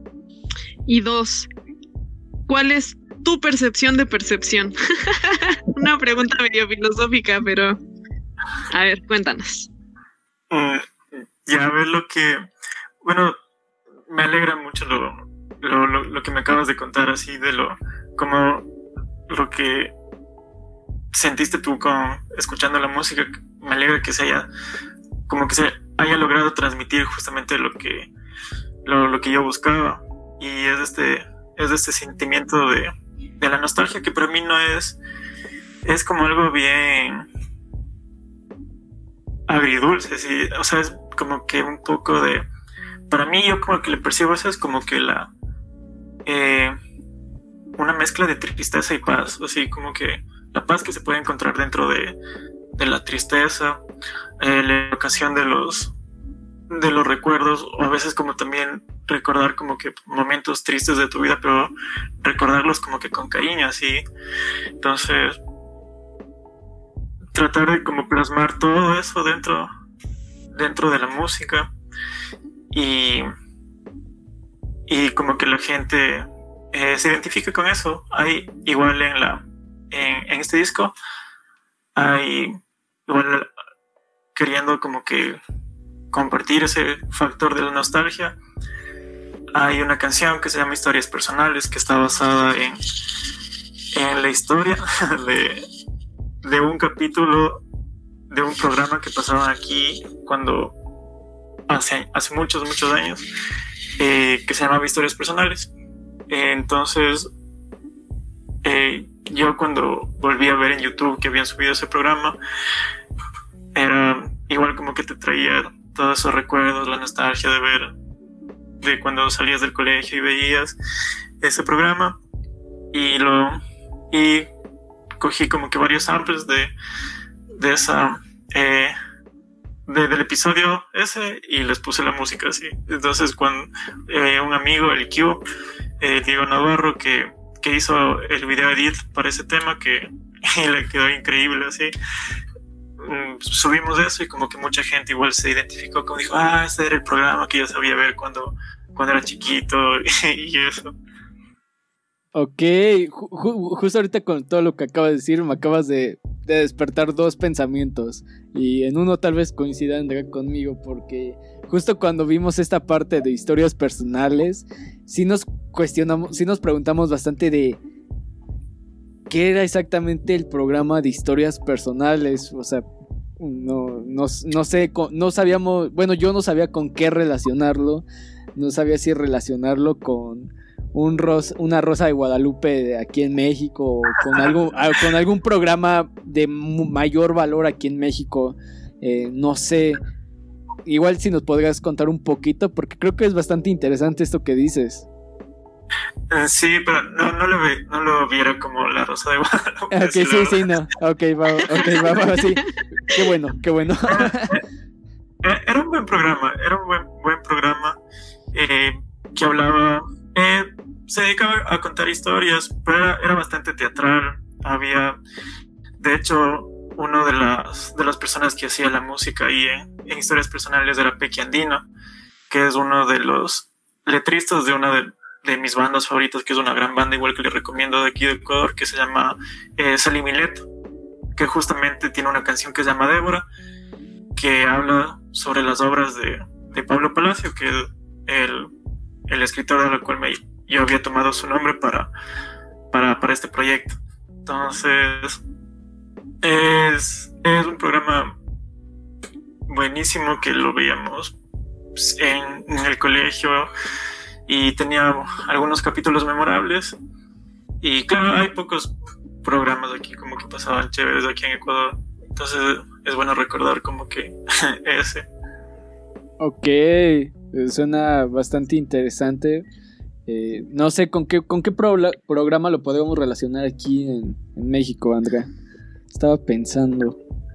Y dos, ¿cuál es tu percepción de Percepción? Una pregunta medio filosófica, pero a ver, cuéntanos. Uh, ya a ver lo que, bueno, me alegra mucho lo, lo, lo, lo que me acabas de contar, así de lo, como lo que sentiste tú con escuchando la música. Me alegra que se haya, como que se haya logrado transmitir justamente lo que, lo, lo que yo buscaba, y es este, es este sentimiento de, de la nostalgia, que para mí no es, es como algo bien agridulce, sí, o sea, es como que un poco de, para mí, yo como que le percibo eso, es como que la eh, una mezcla de tristeza y paz, así como que la paz que se puede encontrar dentro de, de la tristeza, eh, la evocación de los de los recuerdos, o a veces como también recordar como que momentos tristes de tu vida, pero recordarlos como que con cariño, así. Entonces, tratar de como plasmar todo eso dentro dentro de la música, y y como que la gente eh, se identifique con eso. Hay igual en la en, en este disco hay igual queriendo como que compartir ese factor de la nostalgia. Hay una canción que se llama Historias Personales, que está basada en, en la historia de, de un capítulo de un programa que pasaban aquí cuando hace, hace muchos, muchos años, eh, que se llamaba Historias Personales. Eh, entonces, eh, yo cuando volví a ver en YouTube que habían subido ese programa, era igual como que te traía todos esos recuerdos, la nostalgia de ver, de cuando salías del colegio y veías ese programa, y lo y cogí como que varios samples de de esa eh, de, del episodio ese, y les puse la música así. Entonces cuando eh, un amigo, el Q, eh, Diego Navarro, que, que hizo el video edit para ese tema, que le quedó increíble así, subimos eso, y como que mucha gente igual se identificó, como dijo, ah, ese era el programa que yo sabía ver cuando, cuando era chiquito y eso. Ok, ju- justo ahorita con todo lo que acabas de decir, me acabas de, de despertar dos pensamientos. Y en uno tal vez coincida Andrea conmigo, porque justo cuando vimos esta parte de historias personales, sí nos cuestionamos, sí nos preguntamos bastante de qué era exactamente el programa de historias personales. O sea, no, no, no sé, no sabíamos, bueno, yo no sabía con qué relacionarlo, no sabía si relacionarlo con un ros, una Rosa de Guadalupe de aquí en México, o con algo, con algún programa de mayor valor aquí en México, eh, no sé. Igual si nos podrías contar un poquito, porque creo que es bastante interesante esto que dices. Uh, sí, pero no, no, lo ve, no lo viera como la Rosa de Guadalupe. Ok, sí, sí, sí, no. Ok, va, ok, va, va, sí. Qué bueno, qué bueno. Era, era un buen programa, era un buen, buen programa eh, que hablaba... Eh, se dedicaba a contar historias, pero era, era bastante teatral. Había, de hecho, uno de las, de las personas que hacía la música ahí en, en historias personales era Pequi Andino, que es uno de los letristas de una de, de mis bandas favoritas, que es una gran banda, igual que le recomiendo de aquí de Ecuador, que se llama eh, Salimilet, que justamente tiene una canción que se llama Débora, que habla sobre las obras de, de Pablo Palacio, que es el, el escritor de la cual me, yo había tomado su nombre para, para, para este proyecto. Entonces, es, es un programa buenísimo que lo veíamos en, en el colegio y tenía algunos capítulos memorables. Y claro, hay pocos programas aquí como que pasaban chéveres aquí en Ecuador. Entonces es bueno recordar como que ese. Ok, suena bastante interesante. Eh, no sé con qué, con qué pro- programa lo podemos relacionar aquí en, en México, Andrea. Estaba pensando.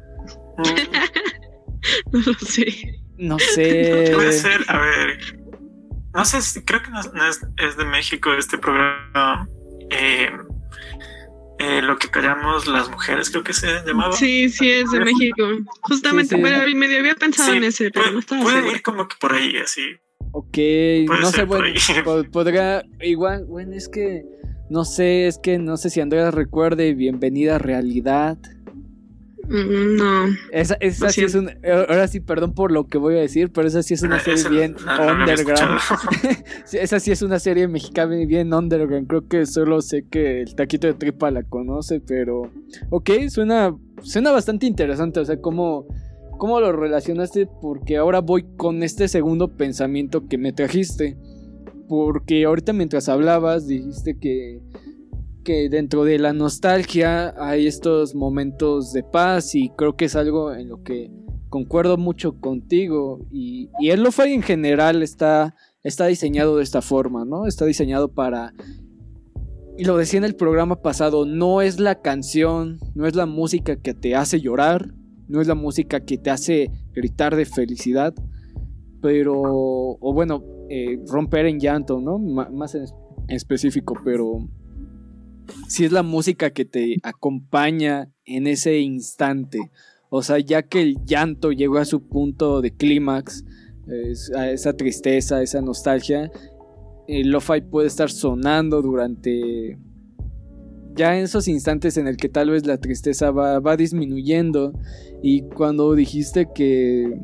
No lo sé. No sé. Puede ser, a ver. No sé, si, creo que no, no es, es de México este programa. Eh, eh, lo que callamos las mujeres, creo que se llamaba. Sí, sí, es de México. Justamente, sí, sí. Pero medio había pensado sí, en ese, pero puede, no estaba puede seguro. Ir como que por ahí, así. Ok, no sé, bueno, podría, igual, bueno, es que, no sé, es que no sé si Andrea recuerde Bienvenida a Realidad. No. Esa, esa sí es una, ahora sí, perdón por lo que voy a decir, pero esa sí es una serie bien no, underground. No esa sí es una serie mexicana bien underground. Creo que solo sé que el Taquito de Tripa la conoce, pero ok, suena, suena bastante interesante. O sea, cómo, cómo lo relacionaste, porque ahora voy con este segundo pensamiento que me trajiste. Porque ahorita mientras hablabas dijiste que que dentro de la nostalgia hay estos momentos de paz, y creo que es algo en lo que concuerdo mucho contigo, y, y el lo-fi en general está, está diseñado de esta forma, ¿no? Está diseñado para, y lo decía en el programa pasado, no es la canción, no es la música que te hace llorar, no es la música que te hace gritar de felicidad, pero, o bueno, eh, romper en llanto, ¿no? M- más en, en específico, pero si es la música que te acompaña en ese instante. O sea, ya que el llanto llegó a su punto de clímax, eh, a esa tristeza, esa nostalgia, el lo-fi puede estar sonando durante ya en esos instantes en el que tal vez la tristeza va, va disminuyendo. Y cuando dijiste que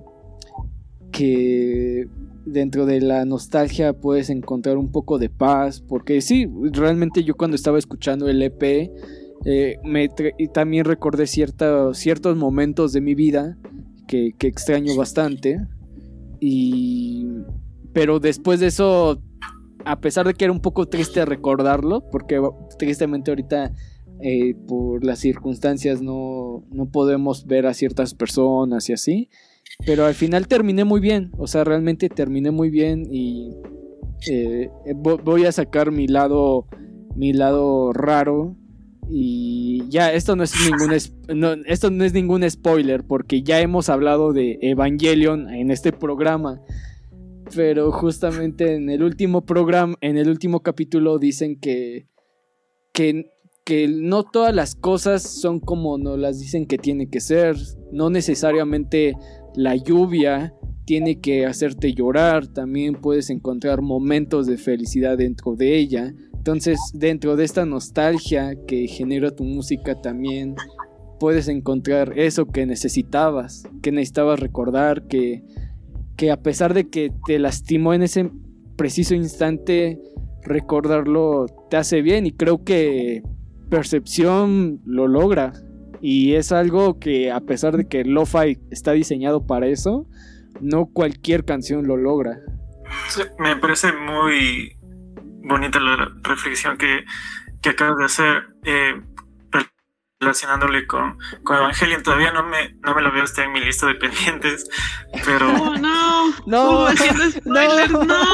que dentro de la nostalgia puedes encontrar un poco de paz, porque sí, realmente yo cuando estaba escuchando el E P eh, me tra- y también recordé cierta, ciertos momentos de mi vida que, que extraño bastante, y pero después de eso, a pesar de que era un poco triste recordarlo, porque tristemente ahorita eh, por las circunstancias no, no podemos ver a ciertas personas y así, pero al final terminé muy bien. O sea, realmente terminé muy bien. Y eh, voy a sacar mi lado Mi lado raro. Y ya, esto no es ningún es, no, esto no es ningún spoiler, porque ya hemos hablado de Evangelion en este programa. Pero justamente en el último programa, en el último capítulo dicen que Que que no todas las cosas son como nos las dicen que tiene que ser. No necesariamente la lluvia tiene que hacerte llorar, también puedes encontrar momentos de felicidad dentro de ella. Entonces, dentro de esta nostalgia que genera tu música también puedes encontrar eso que necesitabas, que necesitabas recordar, que, que a pesar de que te lastimó en ese preciso instante, recordarlo te hace bien, y creo que Percepción lo logra, y es algo que, a pesar de que Lo-Fi está diseñado para eso, no cualquier canción lo logra. Sí, me parece muy bonita la reflexión que, que acabas de hacer, eh, relacionándole con, con Evangelion. Todavía no me, no me lo veo, está en mi lista de pendientes, pero... Oh, no, no, uh, haciendo spoilers, no. no.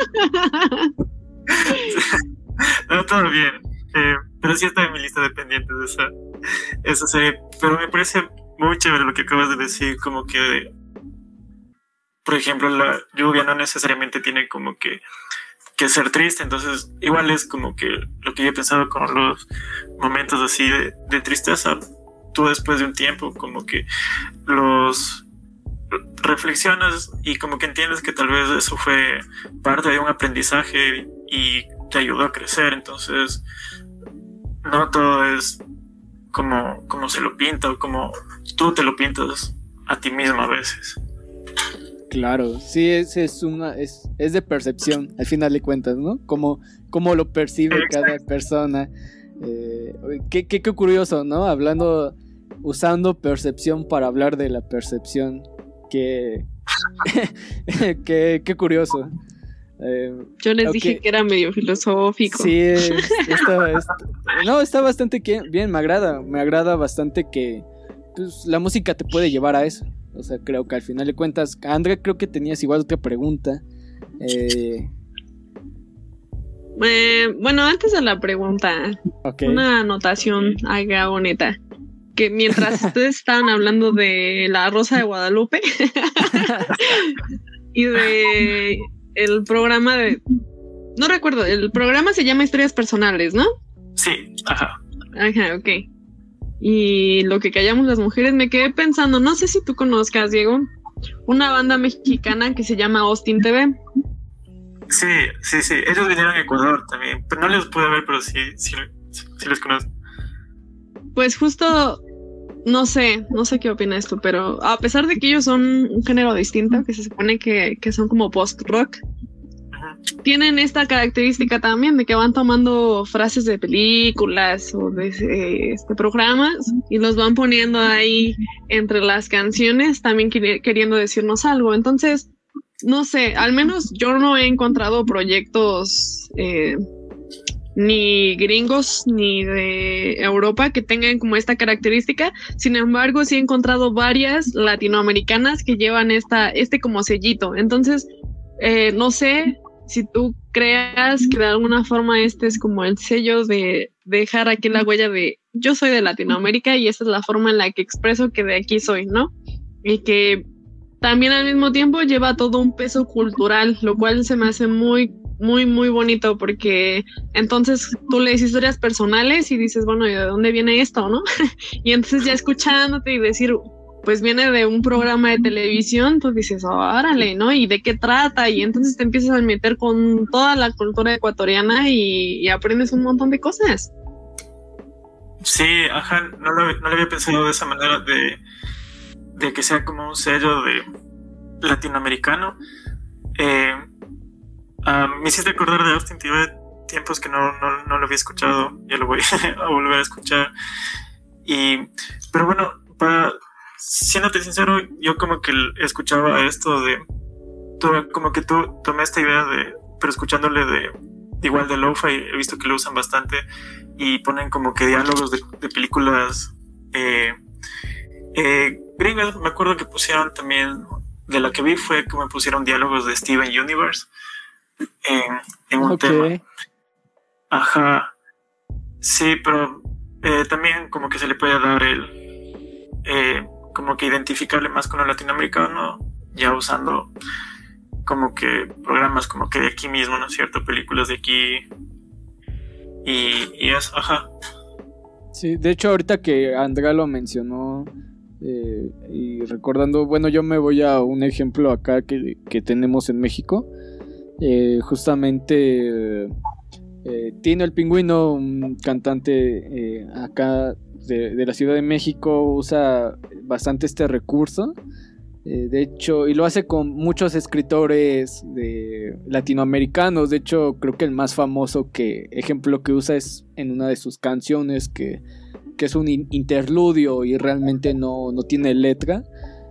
No, todo bien, eh, pero sí está en mi lista de pendientes esa, esa serie. Pero me parece muy chévere lo que acabas de decir, como que, por ejemplo, la lluvia no necesariamente tiene como que, que ser triste. Entonces igual es como que lo que yo he pensado con los momentos así de, de tristeza. Tú después de un tiempo como que los reflexionas y como que entiendes que tal vez eso fue parte de un aprendizaje y te ayudó a crecer. Entonces no todo es como, como se lo pinta o como tú te lo pintas a ti mismo a veces. Claro, sí, es, es una es, es de percepción, al final de cuentas, ¿no? Como, como lo percibe cada persona. Eh, qué, qué, qué curioso, ¿no? Hablando, usando percepción para hablar de la percepción. Qué, qué, qué curioso. Eh, Yo les okay. dije que era medio filosófico. Sí, es, está, está, no, está bastante bien, me agrada, me agrada bastante que pues, la música te puede llevar a eso. O sea, creo que al final de cuentas, Andrea, creo que tenías igual otra pregunta. Eh... Eh, bueno, antes de la pregunta, okay. Una anotación acá bonita. Que mientras ustedes estaban hablando de La Rosa de Guadalupe y de el programa de... No recuerdo, el programa se llama Historias Personales, ¿no? Sí, ajá. Ajá, ok. Y lo que callamos las mujeres, me quedé pensando, no sé si tú conozcas, Diego, una banda mexicana que se llama Austin T V. Sí, sí, sí, ellos vinieron a Ecuador también, pero no los pude ver, pero sí, sí, sí, sí los conozco. Pues justo, no sé, no sé qué opinas tú, pero a pesar de que ellos son un género distinto, que se supone que, que son como post-rock, tienen esta característica también de que van tomando frases de películas o de eh, este, programas y los van poniendo ahí entre las canciones, también quer- queriendo decirnos algo. Entonces, no sé, al menos yo no he encontrado proyectos eh, ni gringos ni de Europa que tengan como esta característica. Sin embargo, sí he encontrado varias latinoamericanas que llevan esta, este como sellito. Entonces, eh, no sé si tú creas que de alguna forma este es como el sello de dejar aquí la huella de yo soy de Latinoamérica y esta es la forma en la que expreso que de aquí soy, ¿no? Y que también al mismo tiempo lleva todo un peso cultural, lo cual se me hace muy, muy, muy bonito, porque entonces tú lees historias personales y dices, bueno, ¿y de dónde viene esto, no? Y entonces ya escuchándote y decir, pues viene de un programa de televisión, pues dices, órale, ¿no? ¿Y de qué trata? Y entonces te empiezas a meter con toda la cultura ecuatoriana y, y aprendes un montón de cosas. Sí, ajá, no lo, no lo había pensado de esa manera, de, de que sea como un sello de latinoamericano. Eh, uh, me hiciste acordar de Austin T V, tiempos que no, no, no lo había escuchado, ya lo voy a volver a escuchar. Y, pero bueno, para... siéndote sincero, yo como que escuchaba esto de, todo, como que tú tomé esta idea de, pero escuchándole de, igual de lo-fi, he visto que lo usan bastante y ponen como que diálogos de, de películas eh, eh, gringas. Me acuerdo que pusieron también, de la que vi fue que me pusieron diálogos de Steven Universe en, en un okay. tema. Ajá, sí, pero eh, también como que se le puede dar el... Eh, como que identificarle más con el latinoamericano, ya usando como que programas como que de aquí mismo, ¿no es cierto? Películas de aquí y, y eso, ajá. Sí, de hecho ahorita que Andrea lo mencionó, Eh, y recordando, bueno, yo me voy a un ejemplo acá que, que tenemos en México. Eh, justamente eh, Tino el Pingüino, un cantante eh, acá de, de la Ciudad de México, usa bastante este recurso. Eh, de hecho, y lo hace con muchos escritores de latinoamericanos. De hecho, creo que el más famoso que ejemplo que usa es en una de sus canciones que que es un interludio y realmente no, no tiene letra.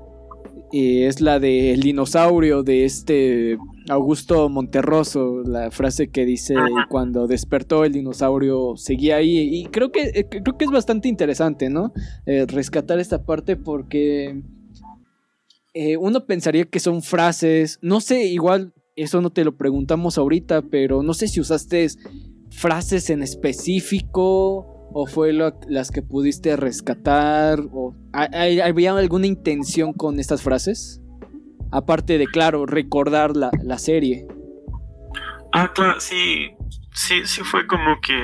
Eh, es la de El dinosaurio de este Augusto Monterroso, la frase que dice: cuando despertó el dinosaurio seguía ahí. Y creo que, eh, creo que es bastante interesante, ¿no? Eh, rescatar esta parte porque eh, uno pensaría que son frases, no sé, igual eso no te lo preguntamos ahorita, pero no sé si usaste frases en específico o fue lo, las que pudiste rescatar, o ¿hay, ¿había alguna intención con estas frases? Aparte de, claro, recordar la, la serie. Ah, claro, sí, sí, sí fue como que,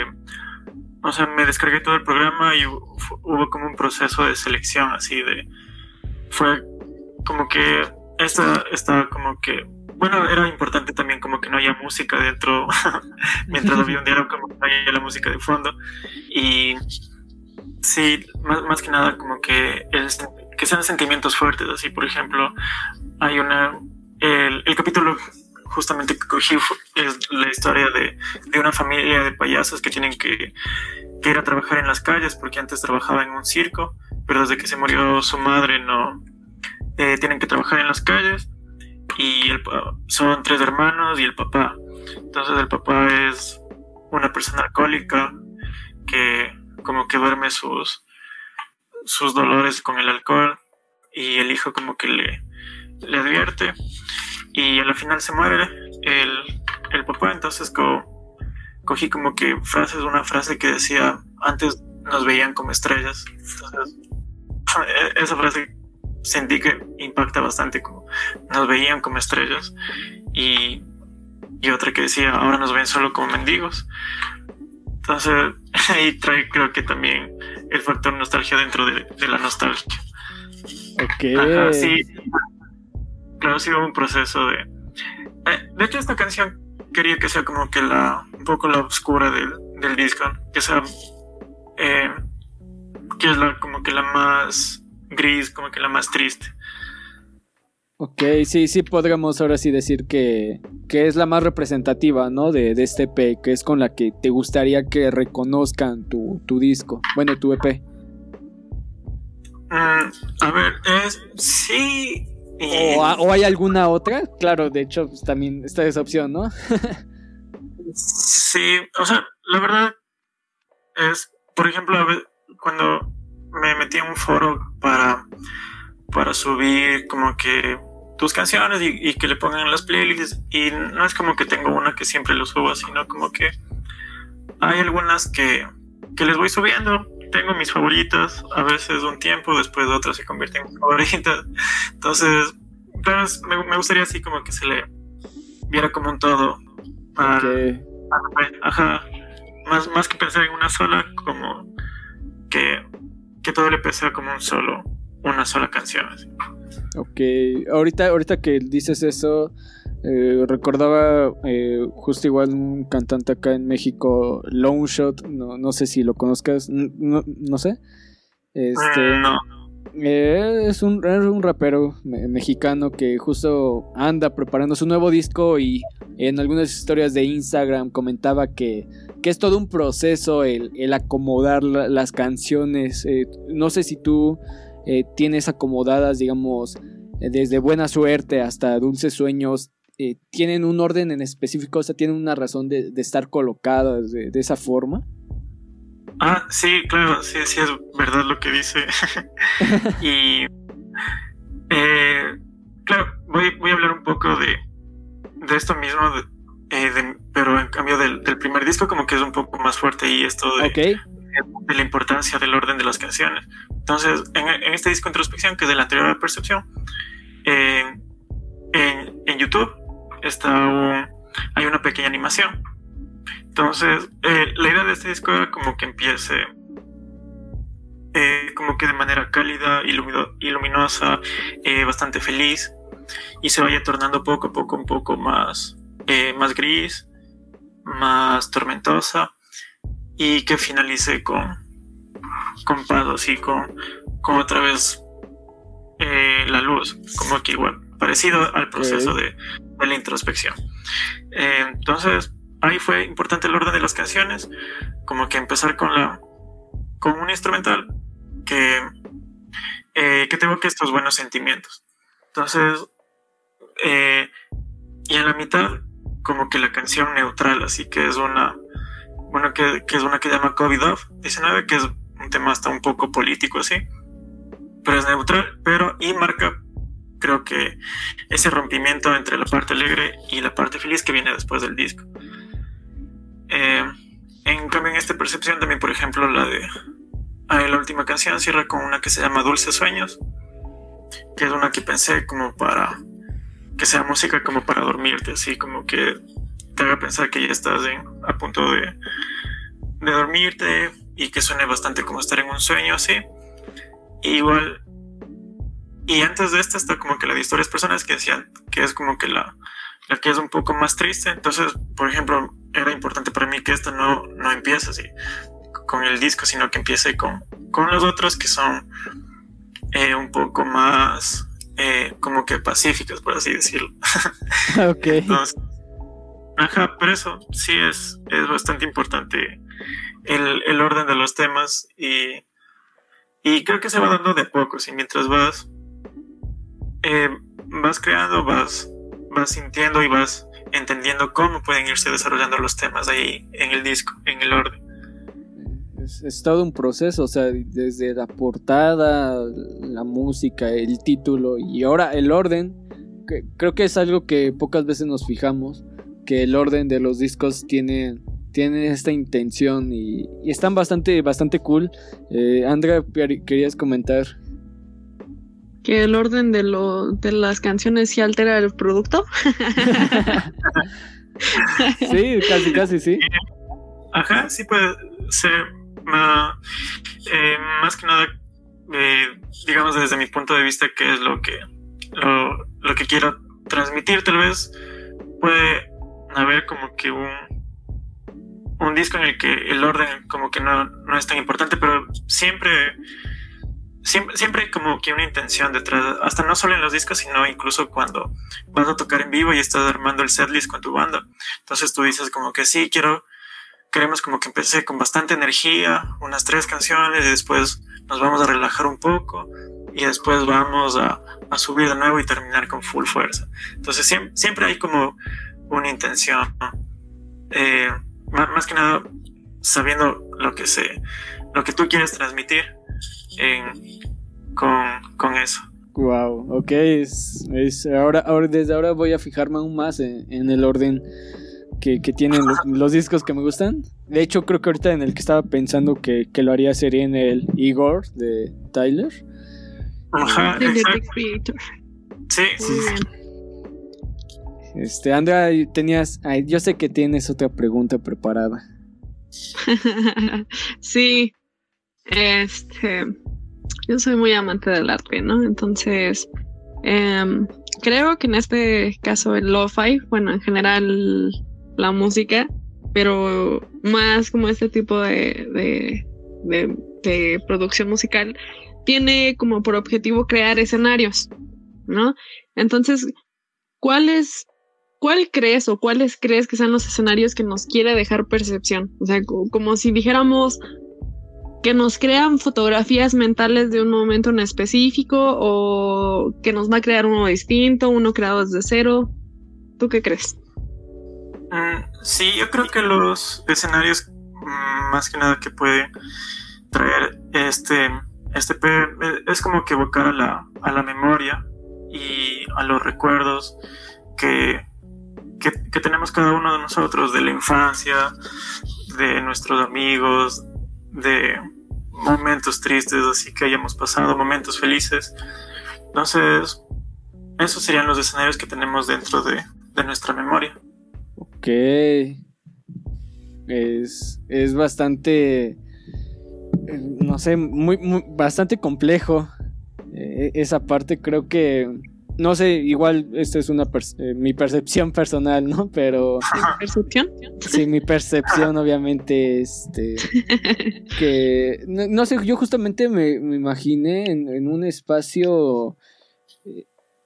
o sea, me descargué todo el programa y hubo, hubo como un proceso de selección así de, fue como que esta estaba como que, bueno, era importante también como que no haya música dentro mientras había un diálogo, como que no haya la música de fondo. Y sí, más, más que nada como que el, que sean sentimientos fuertes, así por ejemplo hay una el, el capítulo justamente que cogí es la historia de, de una familia de payasos que tienen que, que ir a trabajar en las calles porque antes trabajaba en un circo, pero desde que se murió su madre no eh, tienen que trabajar en las calles. Y el, son tres hermanos y el papá. Entonces el papá es una persona alcohólica que como que duerme sus sus dolores con el alcohol, y el hijo como que le, le advierte y a la final se muere el, el papá. Entonces co, cogí como que frases, una frase que decía: antes nos veían como estrellas. Entonces esa frase sentí que impacta bastante, como nos veían como estrellas, y, y otra que decía: ahora nos ven solo como mendigos. Entonces ahí trae creo que también el factor nostalgia dentro de, de la nostalgia. Ok. Ajá, sí, claro, sí hubo un proceso de eh, de hecho esta canción quería que sea como que la un poco la oscura del, del disco, que sea eh, que es la como que la más gris, como que la más triste. Ok, sí, sí podríamos ahora sí decir que, que es la más representativa, ¿no? De, de este E P, que es con la que te gustaría que reconozcan tu, tu disco, bueno, tu E P. Mm, a ver, es sí. Y... ¿O, ¿O hay alguna otra? Claro, de hecho, pues, también está esa opción, ¿no? Sí, o sea, la verdad es, por ejemplo, a ver, cuando me metí en un foro para, para subir como que tus canciones y, y que le pongan en las playlists, y no es como que tengo una que siempre lo subo, sino como que hay algunas que, que les voy subiendo. Tengo mis favoritas, a veces un tiempo, después otras se convierten en favoritas. Entonces, pues, me, me gustaría así como que se le viera como un todo. Para, okay. Ajá, más, más que pensar en una sola, como que, que todo le pesa como un solo, una sola canción. Así. Ok, ahorita, ahorita que dices eso, eh, recordaba eh, justo igual un cantante acá en México, Longshot, no, no sé si lo conozcas, no, no sé. Este, mm, no. eh, es, un, es un rapero me, mexicano que justo anda preparando su nuevo disco, y en algunas historias de Instagram comentaba que, que es todo un proceso el, el acomodar la, las canciones. Eh, no sé si tú eh, tienes acomodadas, digamos, desde Buena Suerte hasta Dulces Sueños. Eh, ¿Tienen un orden en específico? O sea, ¿tienen una razón de, de estar colocadas de, de esa forma? Ah, sí, claro, sí, sí es verdad lo que dice. Y eh, claro, voy, voy a hablar un poco de, de esto mismo, de, eh, de, pero en cambio del, del primer disco como que es un poco más fuerte, y esto de, okay. de la importancia del orden de las canciones. Entonces, en, en este disco Introspección, que es del anterior a Percepción, eh, en, en YouTube está un, hay una pequeña animación. Entonces, eh, la idea de este disco era como que empiece eh, como que de manera cálida y, lumino, y luminosa, eh, bastante feliz, y se vaya tornando poco a poco un poco más, eh, más gris, más tormentosa, y que finalice con, con paz, así con, con otra vez eh, la luz, como que igual, parecido al proceso de, de la introspección. Eh, entonces, ahí fue importante el orden de las canciones, como que empezar con la con un instrumental que, eh, que te evoque estos buenos sentimientos. Entonces, eh, y en la mitad, como que la canción neutral, así que es una, bueno, que, que es una que se llama COVID diecinueve, que es un tema hasta un poco político, así, pero es neutral, pero y marca, creo que ese rompimiento entre la parte alegre y la parte feliz que viene después del disco. Eh, en cambio, en esta percepción también, por ejemplo, la de ah, la última canción cierra con una que se llama Dulces Sueños, que es una que pensé como para que sea música como para dormirte, así como que te haga pensar que ya estás en, a punto de, de dormirte, y que suene bastante como estar en un sueño, así. Y igual, y antes de esta está como que la de Historias Personales, que decían que es como que la, la que es un poco más triste. Entonces, por ejemplo, era importante para mí que esta no, no empiece así con el disco, sino que empiece con, con los otros que son eh, un poco más eh, como que pacíficas, por así decirlo. Ok. Entonces, ajá, pero eso sí es, es bastante importante el, el orden de los temas, y, y creo que se va dando de a poco, y mientras vas eh, vas creando, vas, vas sintiendo y vas entendiendo cómo pueden irse desarrollando los temas ahí en el disco, en el orden. Es, es todo un proceso, o sea, desde la portada, la música, el título y ahora el orden, que creo que es algo que pocas veces nos fijamos, que el orden de los discos tiene, tiene esta intención y, y están bastante, bastante cool. Eh, Andrea, ¿querías comentar? ¿Que el orden de, lo, de las canciones sí altera el producto? Sí, casi, casi, sí. Ajá, sí puede ser. Uh, eh, más que nada, eh, digamos desde mi punto de vista, que es lo que, lo, lo que quiero transmitir. Tal vez puede haber como que un, un disco en el que el orden como que no, no es tan importante, pero siempre... Siempre, siempre hay como que una intención detrás, hasta no solo en los discos, sino incluso cuando vas a tocar en vivo y estás armando el setlist con tu banda. Entonces tú dices como que sí, quiero, queremos como que empecé con bastante energía, unas tres canciones, y después nos vamos a relajar un poco, y después vamos a, a subir de nuevo y terminar con full fuerza. Entonces siempre, siempre hay como una intención, ¿no? Eh, más, más que nada sabiendo lo que, se, lo que tú quieres transmitir en... Con, con eso. Wow, ok, es, es ahora, ahora, desde ahora voy a fijarme aún más en, en el orden que, que tienen los, los discos que me gustan. De hecho, creo que ahorita en el que estaba pensando que, que lo haría sería en el Igor de Tyler. Ajá, de exacto. Sí, sí, sí. Este, Andrea, tenías, ay, yo sé que tienes otra pregunta preparada. Sí, este... yo soy muy amante del arte, ¿no? Entonces, eh, creo que en este caso el lo-fi, bueno, en general la música, pero más como este tipo de, de, de, de producción musical, tiene como por objetivo crear escenarios, ¿no? Entonces, ¿cuáles, cuál crees o cuáles crees que sean los escenarios que nos quiere dejar Percepción? O sea, como si dijéramos... que nos crean fotografías mentales de un momento en específico, o que nos va a crear uno distinto, uno creado desde cero. ¿Tú qué crees? Mm, sí, yo creo que los escenarios mm, más que nada que puede traer este, este P es como que evocar a la, a la memoria y a los recuerdos que, que, que tenemos cada uno de nosotros, de la infancia, de nuestros amigos, de momentos tristes así que hayamos pasado, momentos felices. Entonces esos serían los escenarios que tenemos dentro de, de nuestra memoria. Ok, es, es bastante no sé, muy, muy bastante complejo eh, esa parte. Creo que, no sé, igual esta es una per- eh, mi percepción personal, ¿no? Pero ¿Mi percepción? Sí, mi percepción obviamente, este, que, no, no sé, yo justamente me, me imaginé en, en un espacio eh,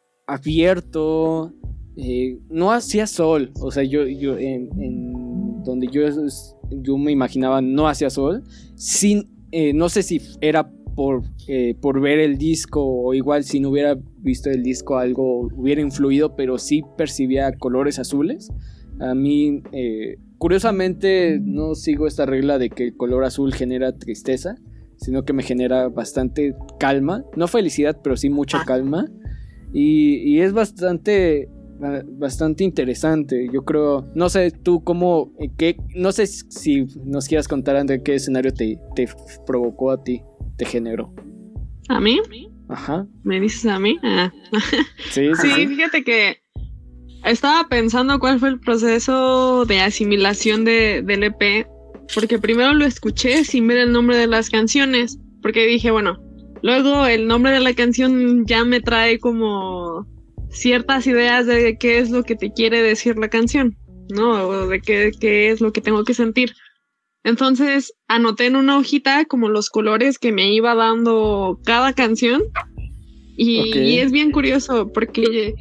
abierto, eh, no hacía sol, o sea, yo, yo en, en donde yo, yo me imaginaba no hacía sol, sin, eh, no sé si era por, eh, por ver el disco, o igual si no hubiera visto el disco algo hubiera influido, pero sí percibía colores azules. A mí, eh, curiosamente, no sigo esta regla de que el color azul genera tristeza, sino que me genera bastante calma, no felicidad, pero sí mucha calma, y, y es bastante, bastante interesante. Yo creo, no sé tú cómo, qué, no sé si nos quieras contar, André, qué escenario te, te provocó a ti, te generó. ¿A mí? Ajá. ¿Me dices a mí? Ah. Sí, sí, sí, sí. Fíjate que estaba pensando cuál fue el proceso de asimilación de, del E P, porque primero lo escuché sin ver el nombre de las canciones, porque dije, bueno, luego el nombre de la canción ya me trae como ciertas ideas de qué es lo que te quiere decir la canción, ¿no? O de qué, qué es lo que tengo que sentir. Entonces anoté en una hojita como los colores que me iba dando cada canción, y, okay. y es bien curioso porque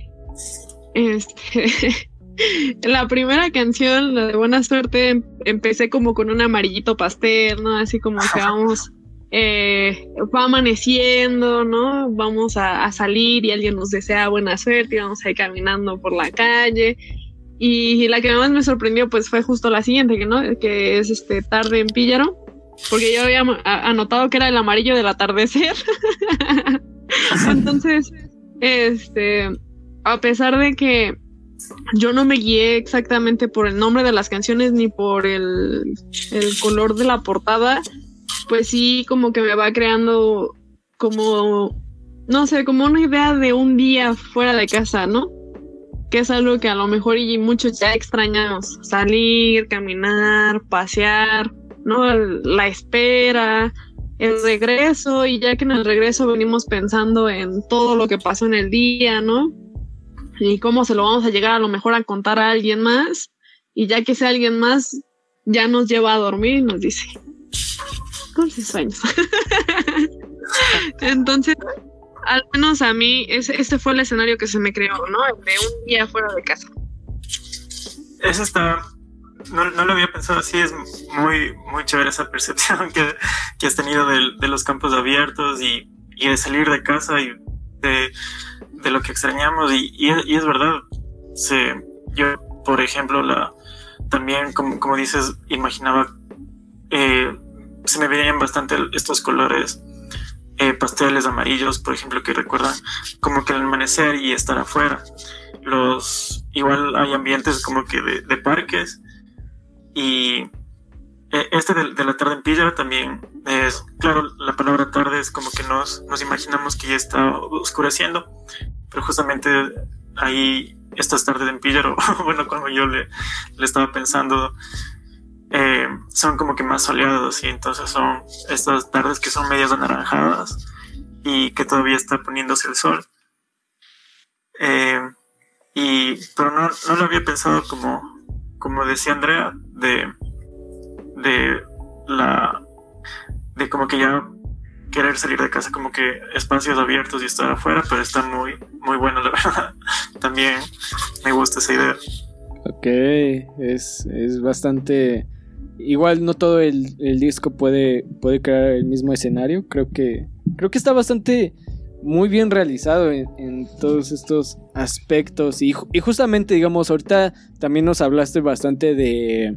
Este, la primera canción, la de Buena Suerte, empecé como con un amarillito pastel, ¿no? Así como que vamos, eh, va amaneciendo, ¿no? Vamos a, a salir y alguien nos desea buena suerte y vamos a ir caminando por la calle. Y la que más me sorprendió pues fue justo la siguiente, ¿no? Que es este Tarde en Píllaro, porque yo había anotado que era el amarillo del atardecer. Entonces, este... a pesar de que yo no me guié exactamente por el nombre de las canciones ni por el, el color de la portada, pues sí como que me va creando como, no sé, como una idea de un día fuera de casa, ¿no? Que es algo que a lo mejor y muchos ya extrañamos, salir, caminar, pasear, ¿no? La espera, el regreso, y ya que en el regreso venimos pensando en todo lo que pasó en el día, ¿no? Y cómo se lo vamos a llegar a lo mejor a contar a alguien más, y ya que ese alguien más ya nos lleva a dormir y nos dice dulces sueños. Entonces, al menos a mí ese, ese fue el escenario que se me creó, ¿no? De un día fuera de casa. Eso está, no, no lo había pensado así. Es muy, muy chévere esa percepción que, que has tenido de, de los campos abiertos y, y de salir de casa y de de lo que extrañamos, y, y, y es verdad. Se, yo, por ejemplo, la también, como, como dices, imaginaba, eh, se me veían bastante estos colores eh, pasteles amarillos, por ejemplo, que recuerdan como que el amanecer y estar afuera. Los, igual hay ambientes como que de, de parques, y este de, de la tarde en Píllaro también es, claro, la palabra tarde es como que nos, nos imaginamos que ya está oscureciendo, pero justamente ahí estas tardes en Píllaro, bueno, cuando yo le, le estaba pensando, eh, son como que más soleados, y entonces son estas tardes que son medias anaranjadas y que todavía está poniéndose el sol. Eh, y, pero no, no lo había pensado como, como decía Andrea, de de la de como que ya querer salir de casa, como que espacios abiertos y estar afuera, pero está muy muy bueno, la verdad. También me gusta esa idea. Ok, es, es bastante, igual no todo el, el disco puede, puede crear el mismo escenario. Creo que creo que está bastante muy bien realizado en, en todos estos aspectos, y, y justamente, digamos, ahorita también nos hablaste bastante de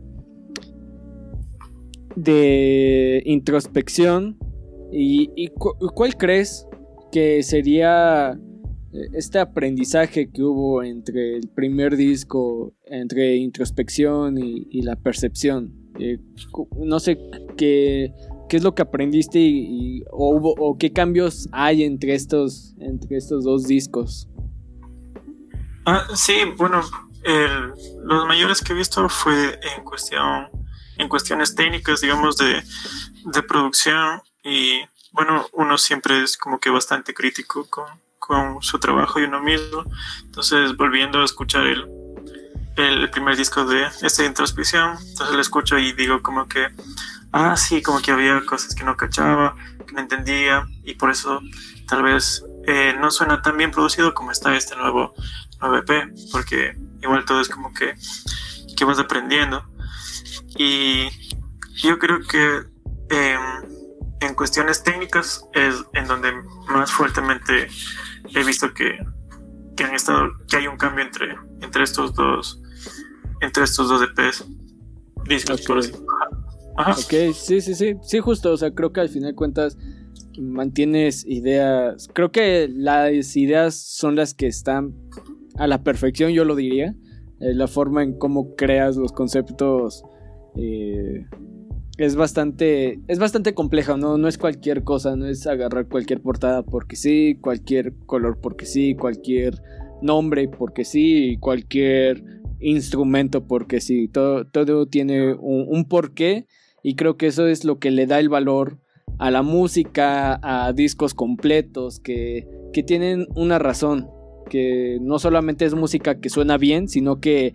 de introspección, y, y cu- ¿cuál crees que sería este aprendizaje que hubo entre el primer disco, entre introspección y, y la percepción? Eh, no sé qué, qué es lo que aprendiste, y, y o, hubo, o qué cambios hay entre estos, entre estos dos discos. Ah, sí, bueno, el, los mayores que he visto fue en cuestión en cuestiones técnicas, digamos, de, de producción, y bueno, uno siempre es como que bastante crítico con, con su trabajo y uno mismo. Entonces, volviendo a escuchar el, el primer disco de esta introspección, entonces lo escucho y digo como que, ah, sí, como que había cosas que no cachaba, que no entendía, y por eso tal vez eh, no suena tan bien producido como está este nuevo, nuevo E P, porque igual todo es como que, que vas aprendiendo. Y yo creo que eh, en cuestiones técnicas es en donde más fuertemente he visto que, que han estado, que hay un cambio entre, entre estos dos entre estos dos E Pes. Discos, okay. Por así. Ajá. Ok, sí, sí, sí, sí, justo, o sea, creo que al final de cuentas mantienes ideas, creo que las ideas son las que están a la perfección, yo lo diría, eh, la forma en cómo creas los conceptos eh, es bastante, es bastante compleja, ¿no? No es cualquier cosa, no es agarrar cualquier portada porque sí, cualquier color porque sí, cualquier nombre porque sí, cualquier instrumento porque sí, todo, todo tiene un, un porqué, y creo que eso es lo que le da el valor a la música, a discos completos que, que tienen una razón, que no solamente es música que suena bien, sino que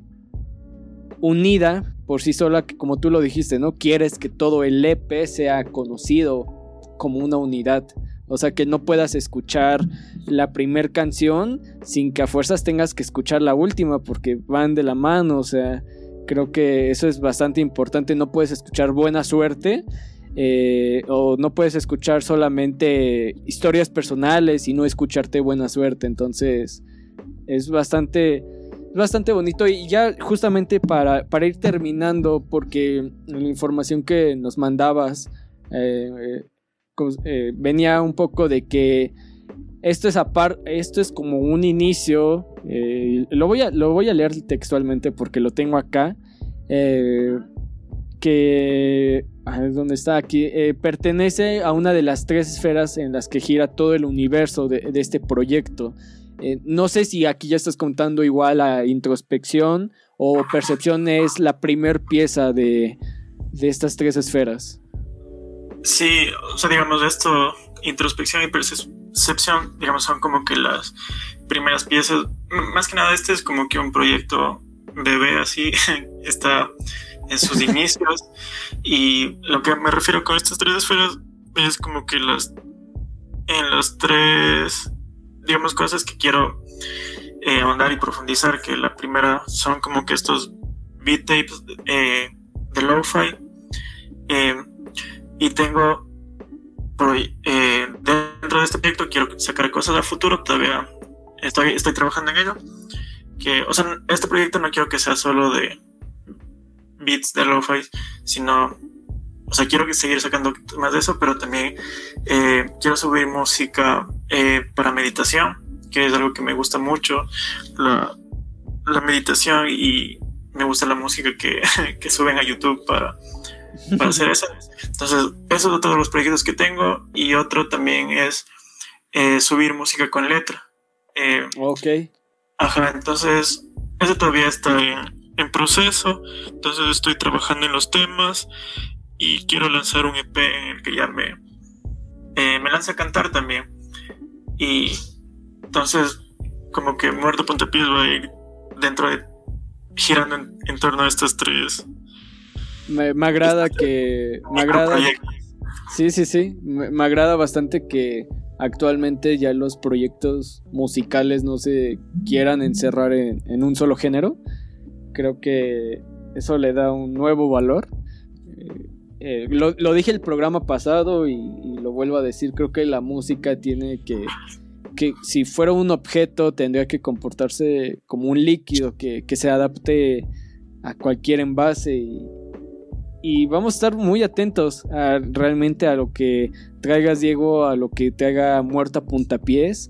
unida por sí sola, que como tú lo dijiste, ¿no? Quieres que todo el E P sea conocido como una unidad. O sea, que no puedas escuchar la primer canción sin que a fuerzas tengas que escuchar la última, porque van de la mano. O sea, creo que eso es bastante importante. No puedes escuchar Buena Suerte eh, o no puedes escuchar solamente historias personales y no escucharte Buena Suerte. Entonces es bastante, bastante bonito. Y ya justamente para, para ir terminando, porque la información que nos mandabas eh, eh, Eh, venía un poco de que esto es apar- esto es como un inicio, eh, lo, voy a, lo voy a leer textualmente porque lo tengo acá, eh, que a ver, ¿dónde está? Aquí eh, pertenece a una de las tres esferas en las que gira todo el universo de, de este proyecto. Eh, no sé si aquí ya estás contando igual a Introspección o Percepción es la primer pieza de, de estas tres esferas. Sí, o sea, digamos, esto, introspección y percepción, digamos, son como que las primeras piezas. Más que nada, este es como que un proyecto bebé, así, está en sus inicios. Y lo que me refiero con estas tres esferas es como que las, en las tres, digamos, cosas que quiero eh, ahondar y profundizar, que la primera son como que estos beat tapes eh, de lo-fi. Eh, Y tengo, por, eh, dentro de este proyecto quiero sacar cosas a futuro, todavía estoy, estoy trabajando en ello. Que, o sea, este proyecto no quiero que sea solo de beats de lo-fi, sino, o sea, quiero que seguir sacando más de eso, pero también eh, quiero subir música eh, para meditación, que es algo que me gusta mucho, la, la meditación, y me gusta la música que, que suben a YouTube para... para hacer eso. Entonces, esos son todos los proyectos que tengo. Y otro también es eh, subir música con letra. Eh, ok. Ajá, entonces, eso todavía está en, en proceso. Entonces, estoy trabajando en los temas y quiero lanzar un E P en el que ya me, eh, me lance a cantar también. Y entonces, como que Muerto Puntapiés va a ir dentro de, girando en, en torno a estas tres. Me, me agrada que... Me agrada... Sí, sí, sí. Me, me agrada bastante que actualmente ya los proyectos musicales no se quieran encerrar en, en un solo género. Creo que eso le da un nuevo valor. Eh, eh, lo, lo dije el programa pasado y, y lo vuelvo a decir. Creo que la música tiene que... que si fuera un objeto tendría que comportarse como un líquido que, que se adapte a cualquier envase, y Y vamos a estar muy atentos a, realmente a lo que traigas, Diego, a lo que te haga Muerta Puntapiés.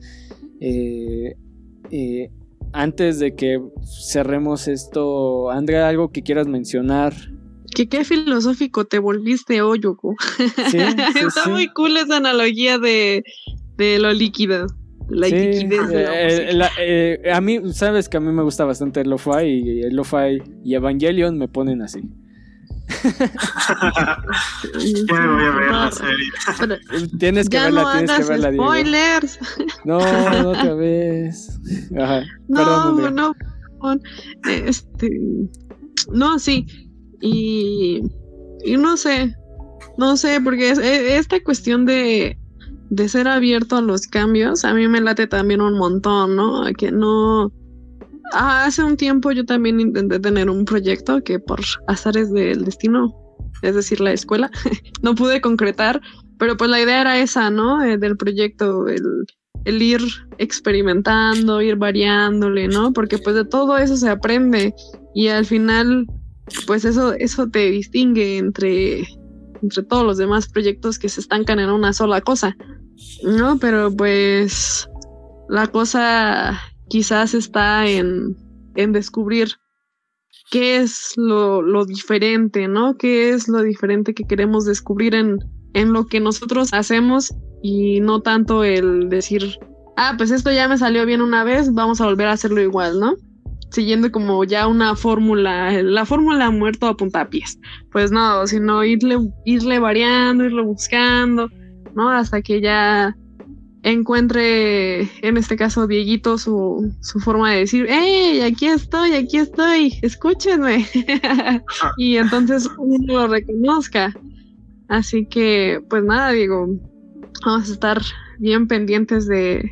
Eh, eh, antes de que cerremos esto, Andrea, ¿algo que quieras mencionar? Que qué filosófico te volviste hoy, Yoko. Sí, sí, Está sí. muy cool esa analogía de, de lo líquido. La sí, liquidez de la eh, música. la, eh, a mí, sabes que a mí me gusta bastante el lo-fi, y el lo-fi y Evangelion me ponen así. Ya me voy a ver la serie. Tienes que ya verla, no tienes que hagas verla, Diego. spoilers. No, no otra vez. Ajá. No, Perdón, no. Este, no, sí. Y, y no sé, no sé, porque es, es, esta cuestión de, de ser abierto a los cambios, a mí me late también un montón, ¿no? Que no... Ah, hace un tiempo yo también intenté tener un proyecto que por azares del destino, es decir, la escuela, no pude concretar, pero pues la idea era esa, ¿no? Eh, del proyecto, el, el ir experimentando, ir variándole, ¿no? Porque pues de todo eso se aprende y al final, pues eso, eso te distingue entre, entre todos los demás proyectos que se estancan en una sola cosa, ¿no? Pero pues la cosa... quizás está en, en descubrir qué es lo, lo diferente, ¿no? Qué es lo diferente que queremos descubrir en, en lo que nosotros hacemos y no tanto el decir, ah, pues esto ya me salió bien una vez, vamos a volver a hacerlo igual, ¿no? Siguiendo como ya una fórmula, la fórmula muerto a puntapiés. Pues no, sino irle, irle variando, irle buscando, ¿no? Hasta que ya... encuentre, en este caso, Dieguito, su, su forma de decir, ¡hey! Aquí estoy, aquí estoy, escúchenme. Y entonces uno lo reconozca. Así que, pues nada, Diego, vamos a estar bien pendientes de,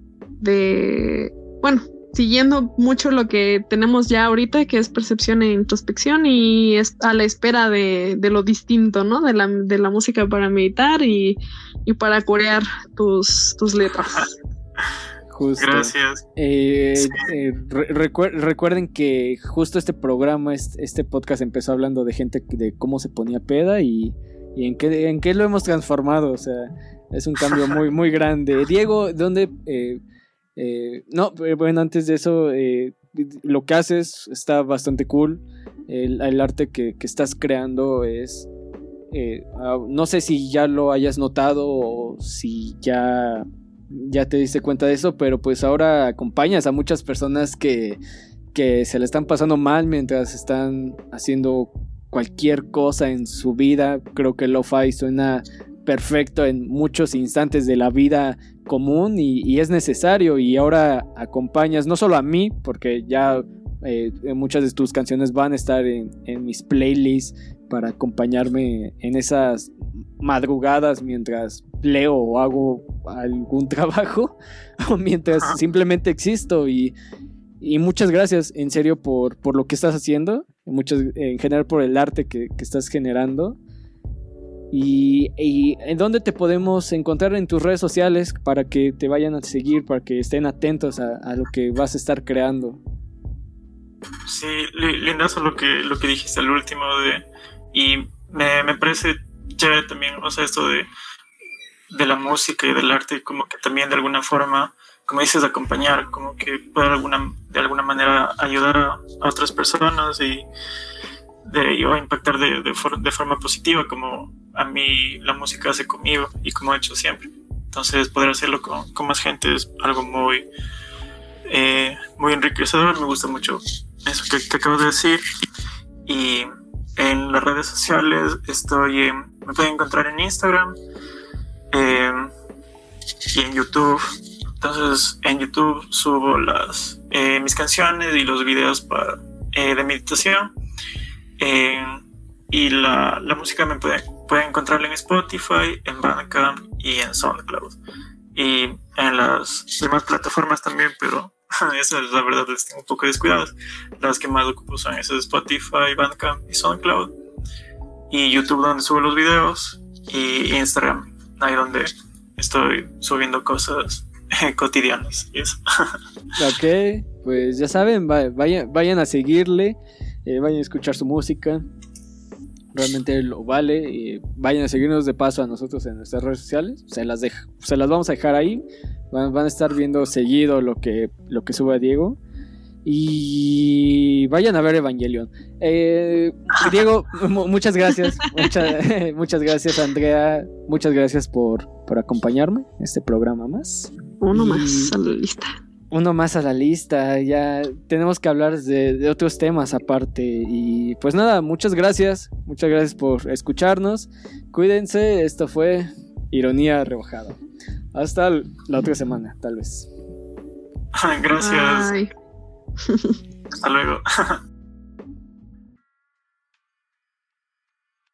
de, bueno, siguiendo mucho lo que tenemos ya ahorita, que es percepción e introspección, y es a la espera de, de lo distinto, ¿no? De la, de la música para meditar y, y para corear tus, tus letras. Justo. Gracias. Eh, sí. eh, recu- recuerden que justo este programa, este, este podcast empezó hablando de gente de cómo se ponía peda y, y en qué, en qué lo hemos transformado. O sea, es un cambio muy, muy grande. Diego, ¿dónde... Eh, Eh, no, bueno, antes de eso, eh, lo que haces está bastante cool. El, el arte que, que estás creando es, eh, uh, no sé si ya lo hayas notado o si ya, ya te diste cuenta de eso, pero pues ahora acompañas a muchas personas que, que se le están pasando mal mientras están haciendo cualquier cosa en su vida. Creo que el lo-fi suena perfecto en muchos instantes de la vida común y, y es necesario, y ahora acompañas no solo a mí, porque ya eh, muchas de tus canciones van a estar en, en mis playlists para acompañarme en esas madrugadas mientras leo o hago algún trabajo o mientras simplemente existo, y, y muchas gracias en serio por, por lo que estás haciendo, muchas, en general por el arte que, que estás generando. Y, y ¿en dónde te podemos encontrar en tus redes sociales para que te vayan a seguir, para que estén atentos a, a lo que vas a estar creando? Sí, lindazo lo que, lo que dijiste al último de, y me, me parece chévere también, o sea, esto de, de la música y del arte, como que también de alguna forma, como dices, acompañar, como que puede alguna, de alguna manera ayudar a, a otras personas y de, o impactar de, de, for, de forma positiva, como a mí la música hace conmigo y como he hecho siempre. Entonces poder hacerlo con, con más gente es algo muy eh, muy enriquecedor. Me gusta mucho eso que, que acabo de decir. Y en las redes sociales estoy eh, me pueden encontrar en Instagram eh, y en YouTube. Entonces en YouTube subo las eh, mis canciones y los videos para, eh, de meditación. Eh, y la, la música me puede, pueden encontrarla en Spotify, en Bandcamp y en SoundCloud y en las demás plataformas también, pero esas la verdad las tengo un poco descuidadas. Las que más ocupo son esas: Spotify, Bandcamp y SoundCloud, y YouTube, donde subo los videos, y Instagram, ahí donde estoy subiendo cosas cotidianas y eso. Ok, pues ya saben, vayan, vayan a seguirle. Eh, vayan a escuchar su música, realmente lo vale. Eh, vayan a seguirnos de paso a nosotros en nuestras redes sociales, se las, deja, se las vamos a dejar ahí. Van, van a estar viendo seguido lo que, lo que sube Diego, y vayan a ver Evangelion. eh, Diego, m- muchas gracias muchas, muchas gracias Andrea, muchas gracias por, por acompañarme en este programa más. Uno y... más a la lista. uno más a la lista. Ya tenemos que hablar de, de otros temas aparte. Y pues nada, muchas gracias. Muchas gracias por escucharnos. Cuídense, esto fue Ironía Rebajada. Hasta la otra semana, tal vez. Gracias. Bye. Hasta luego.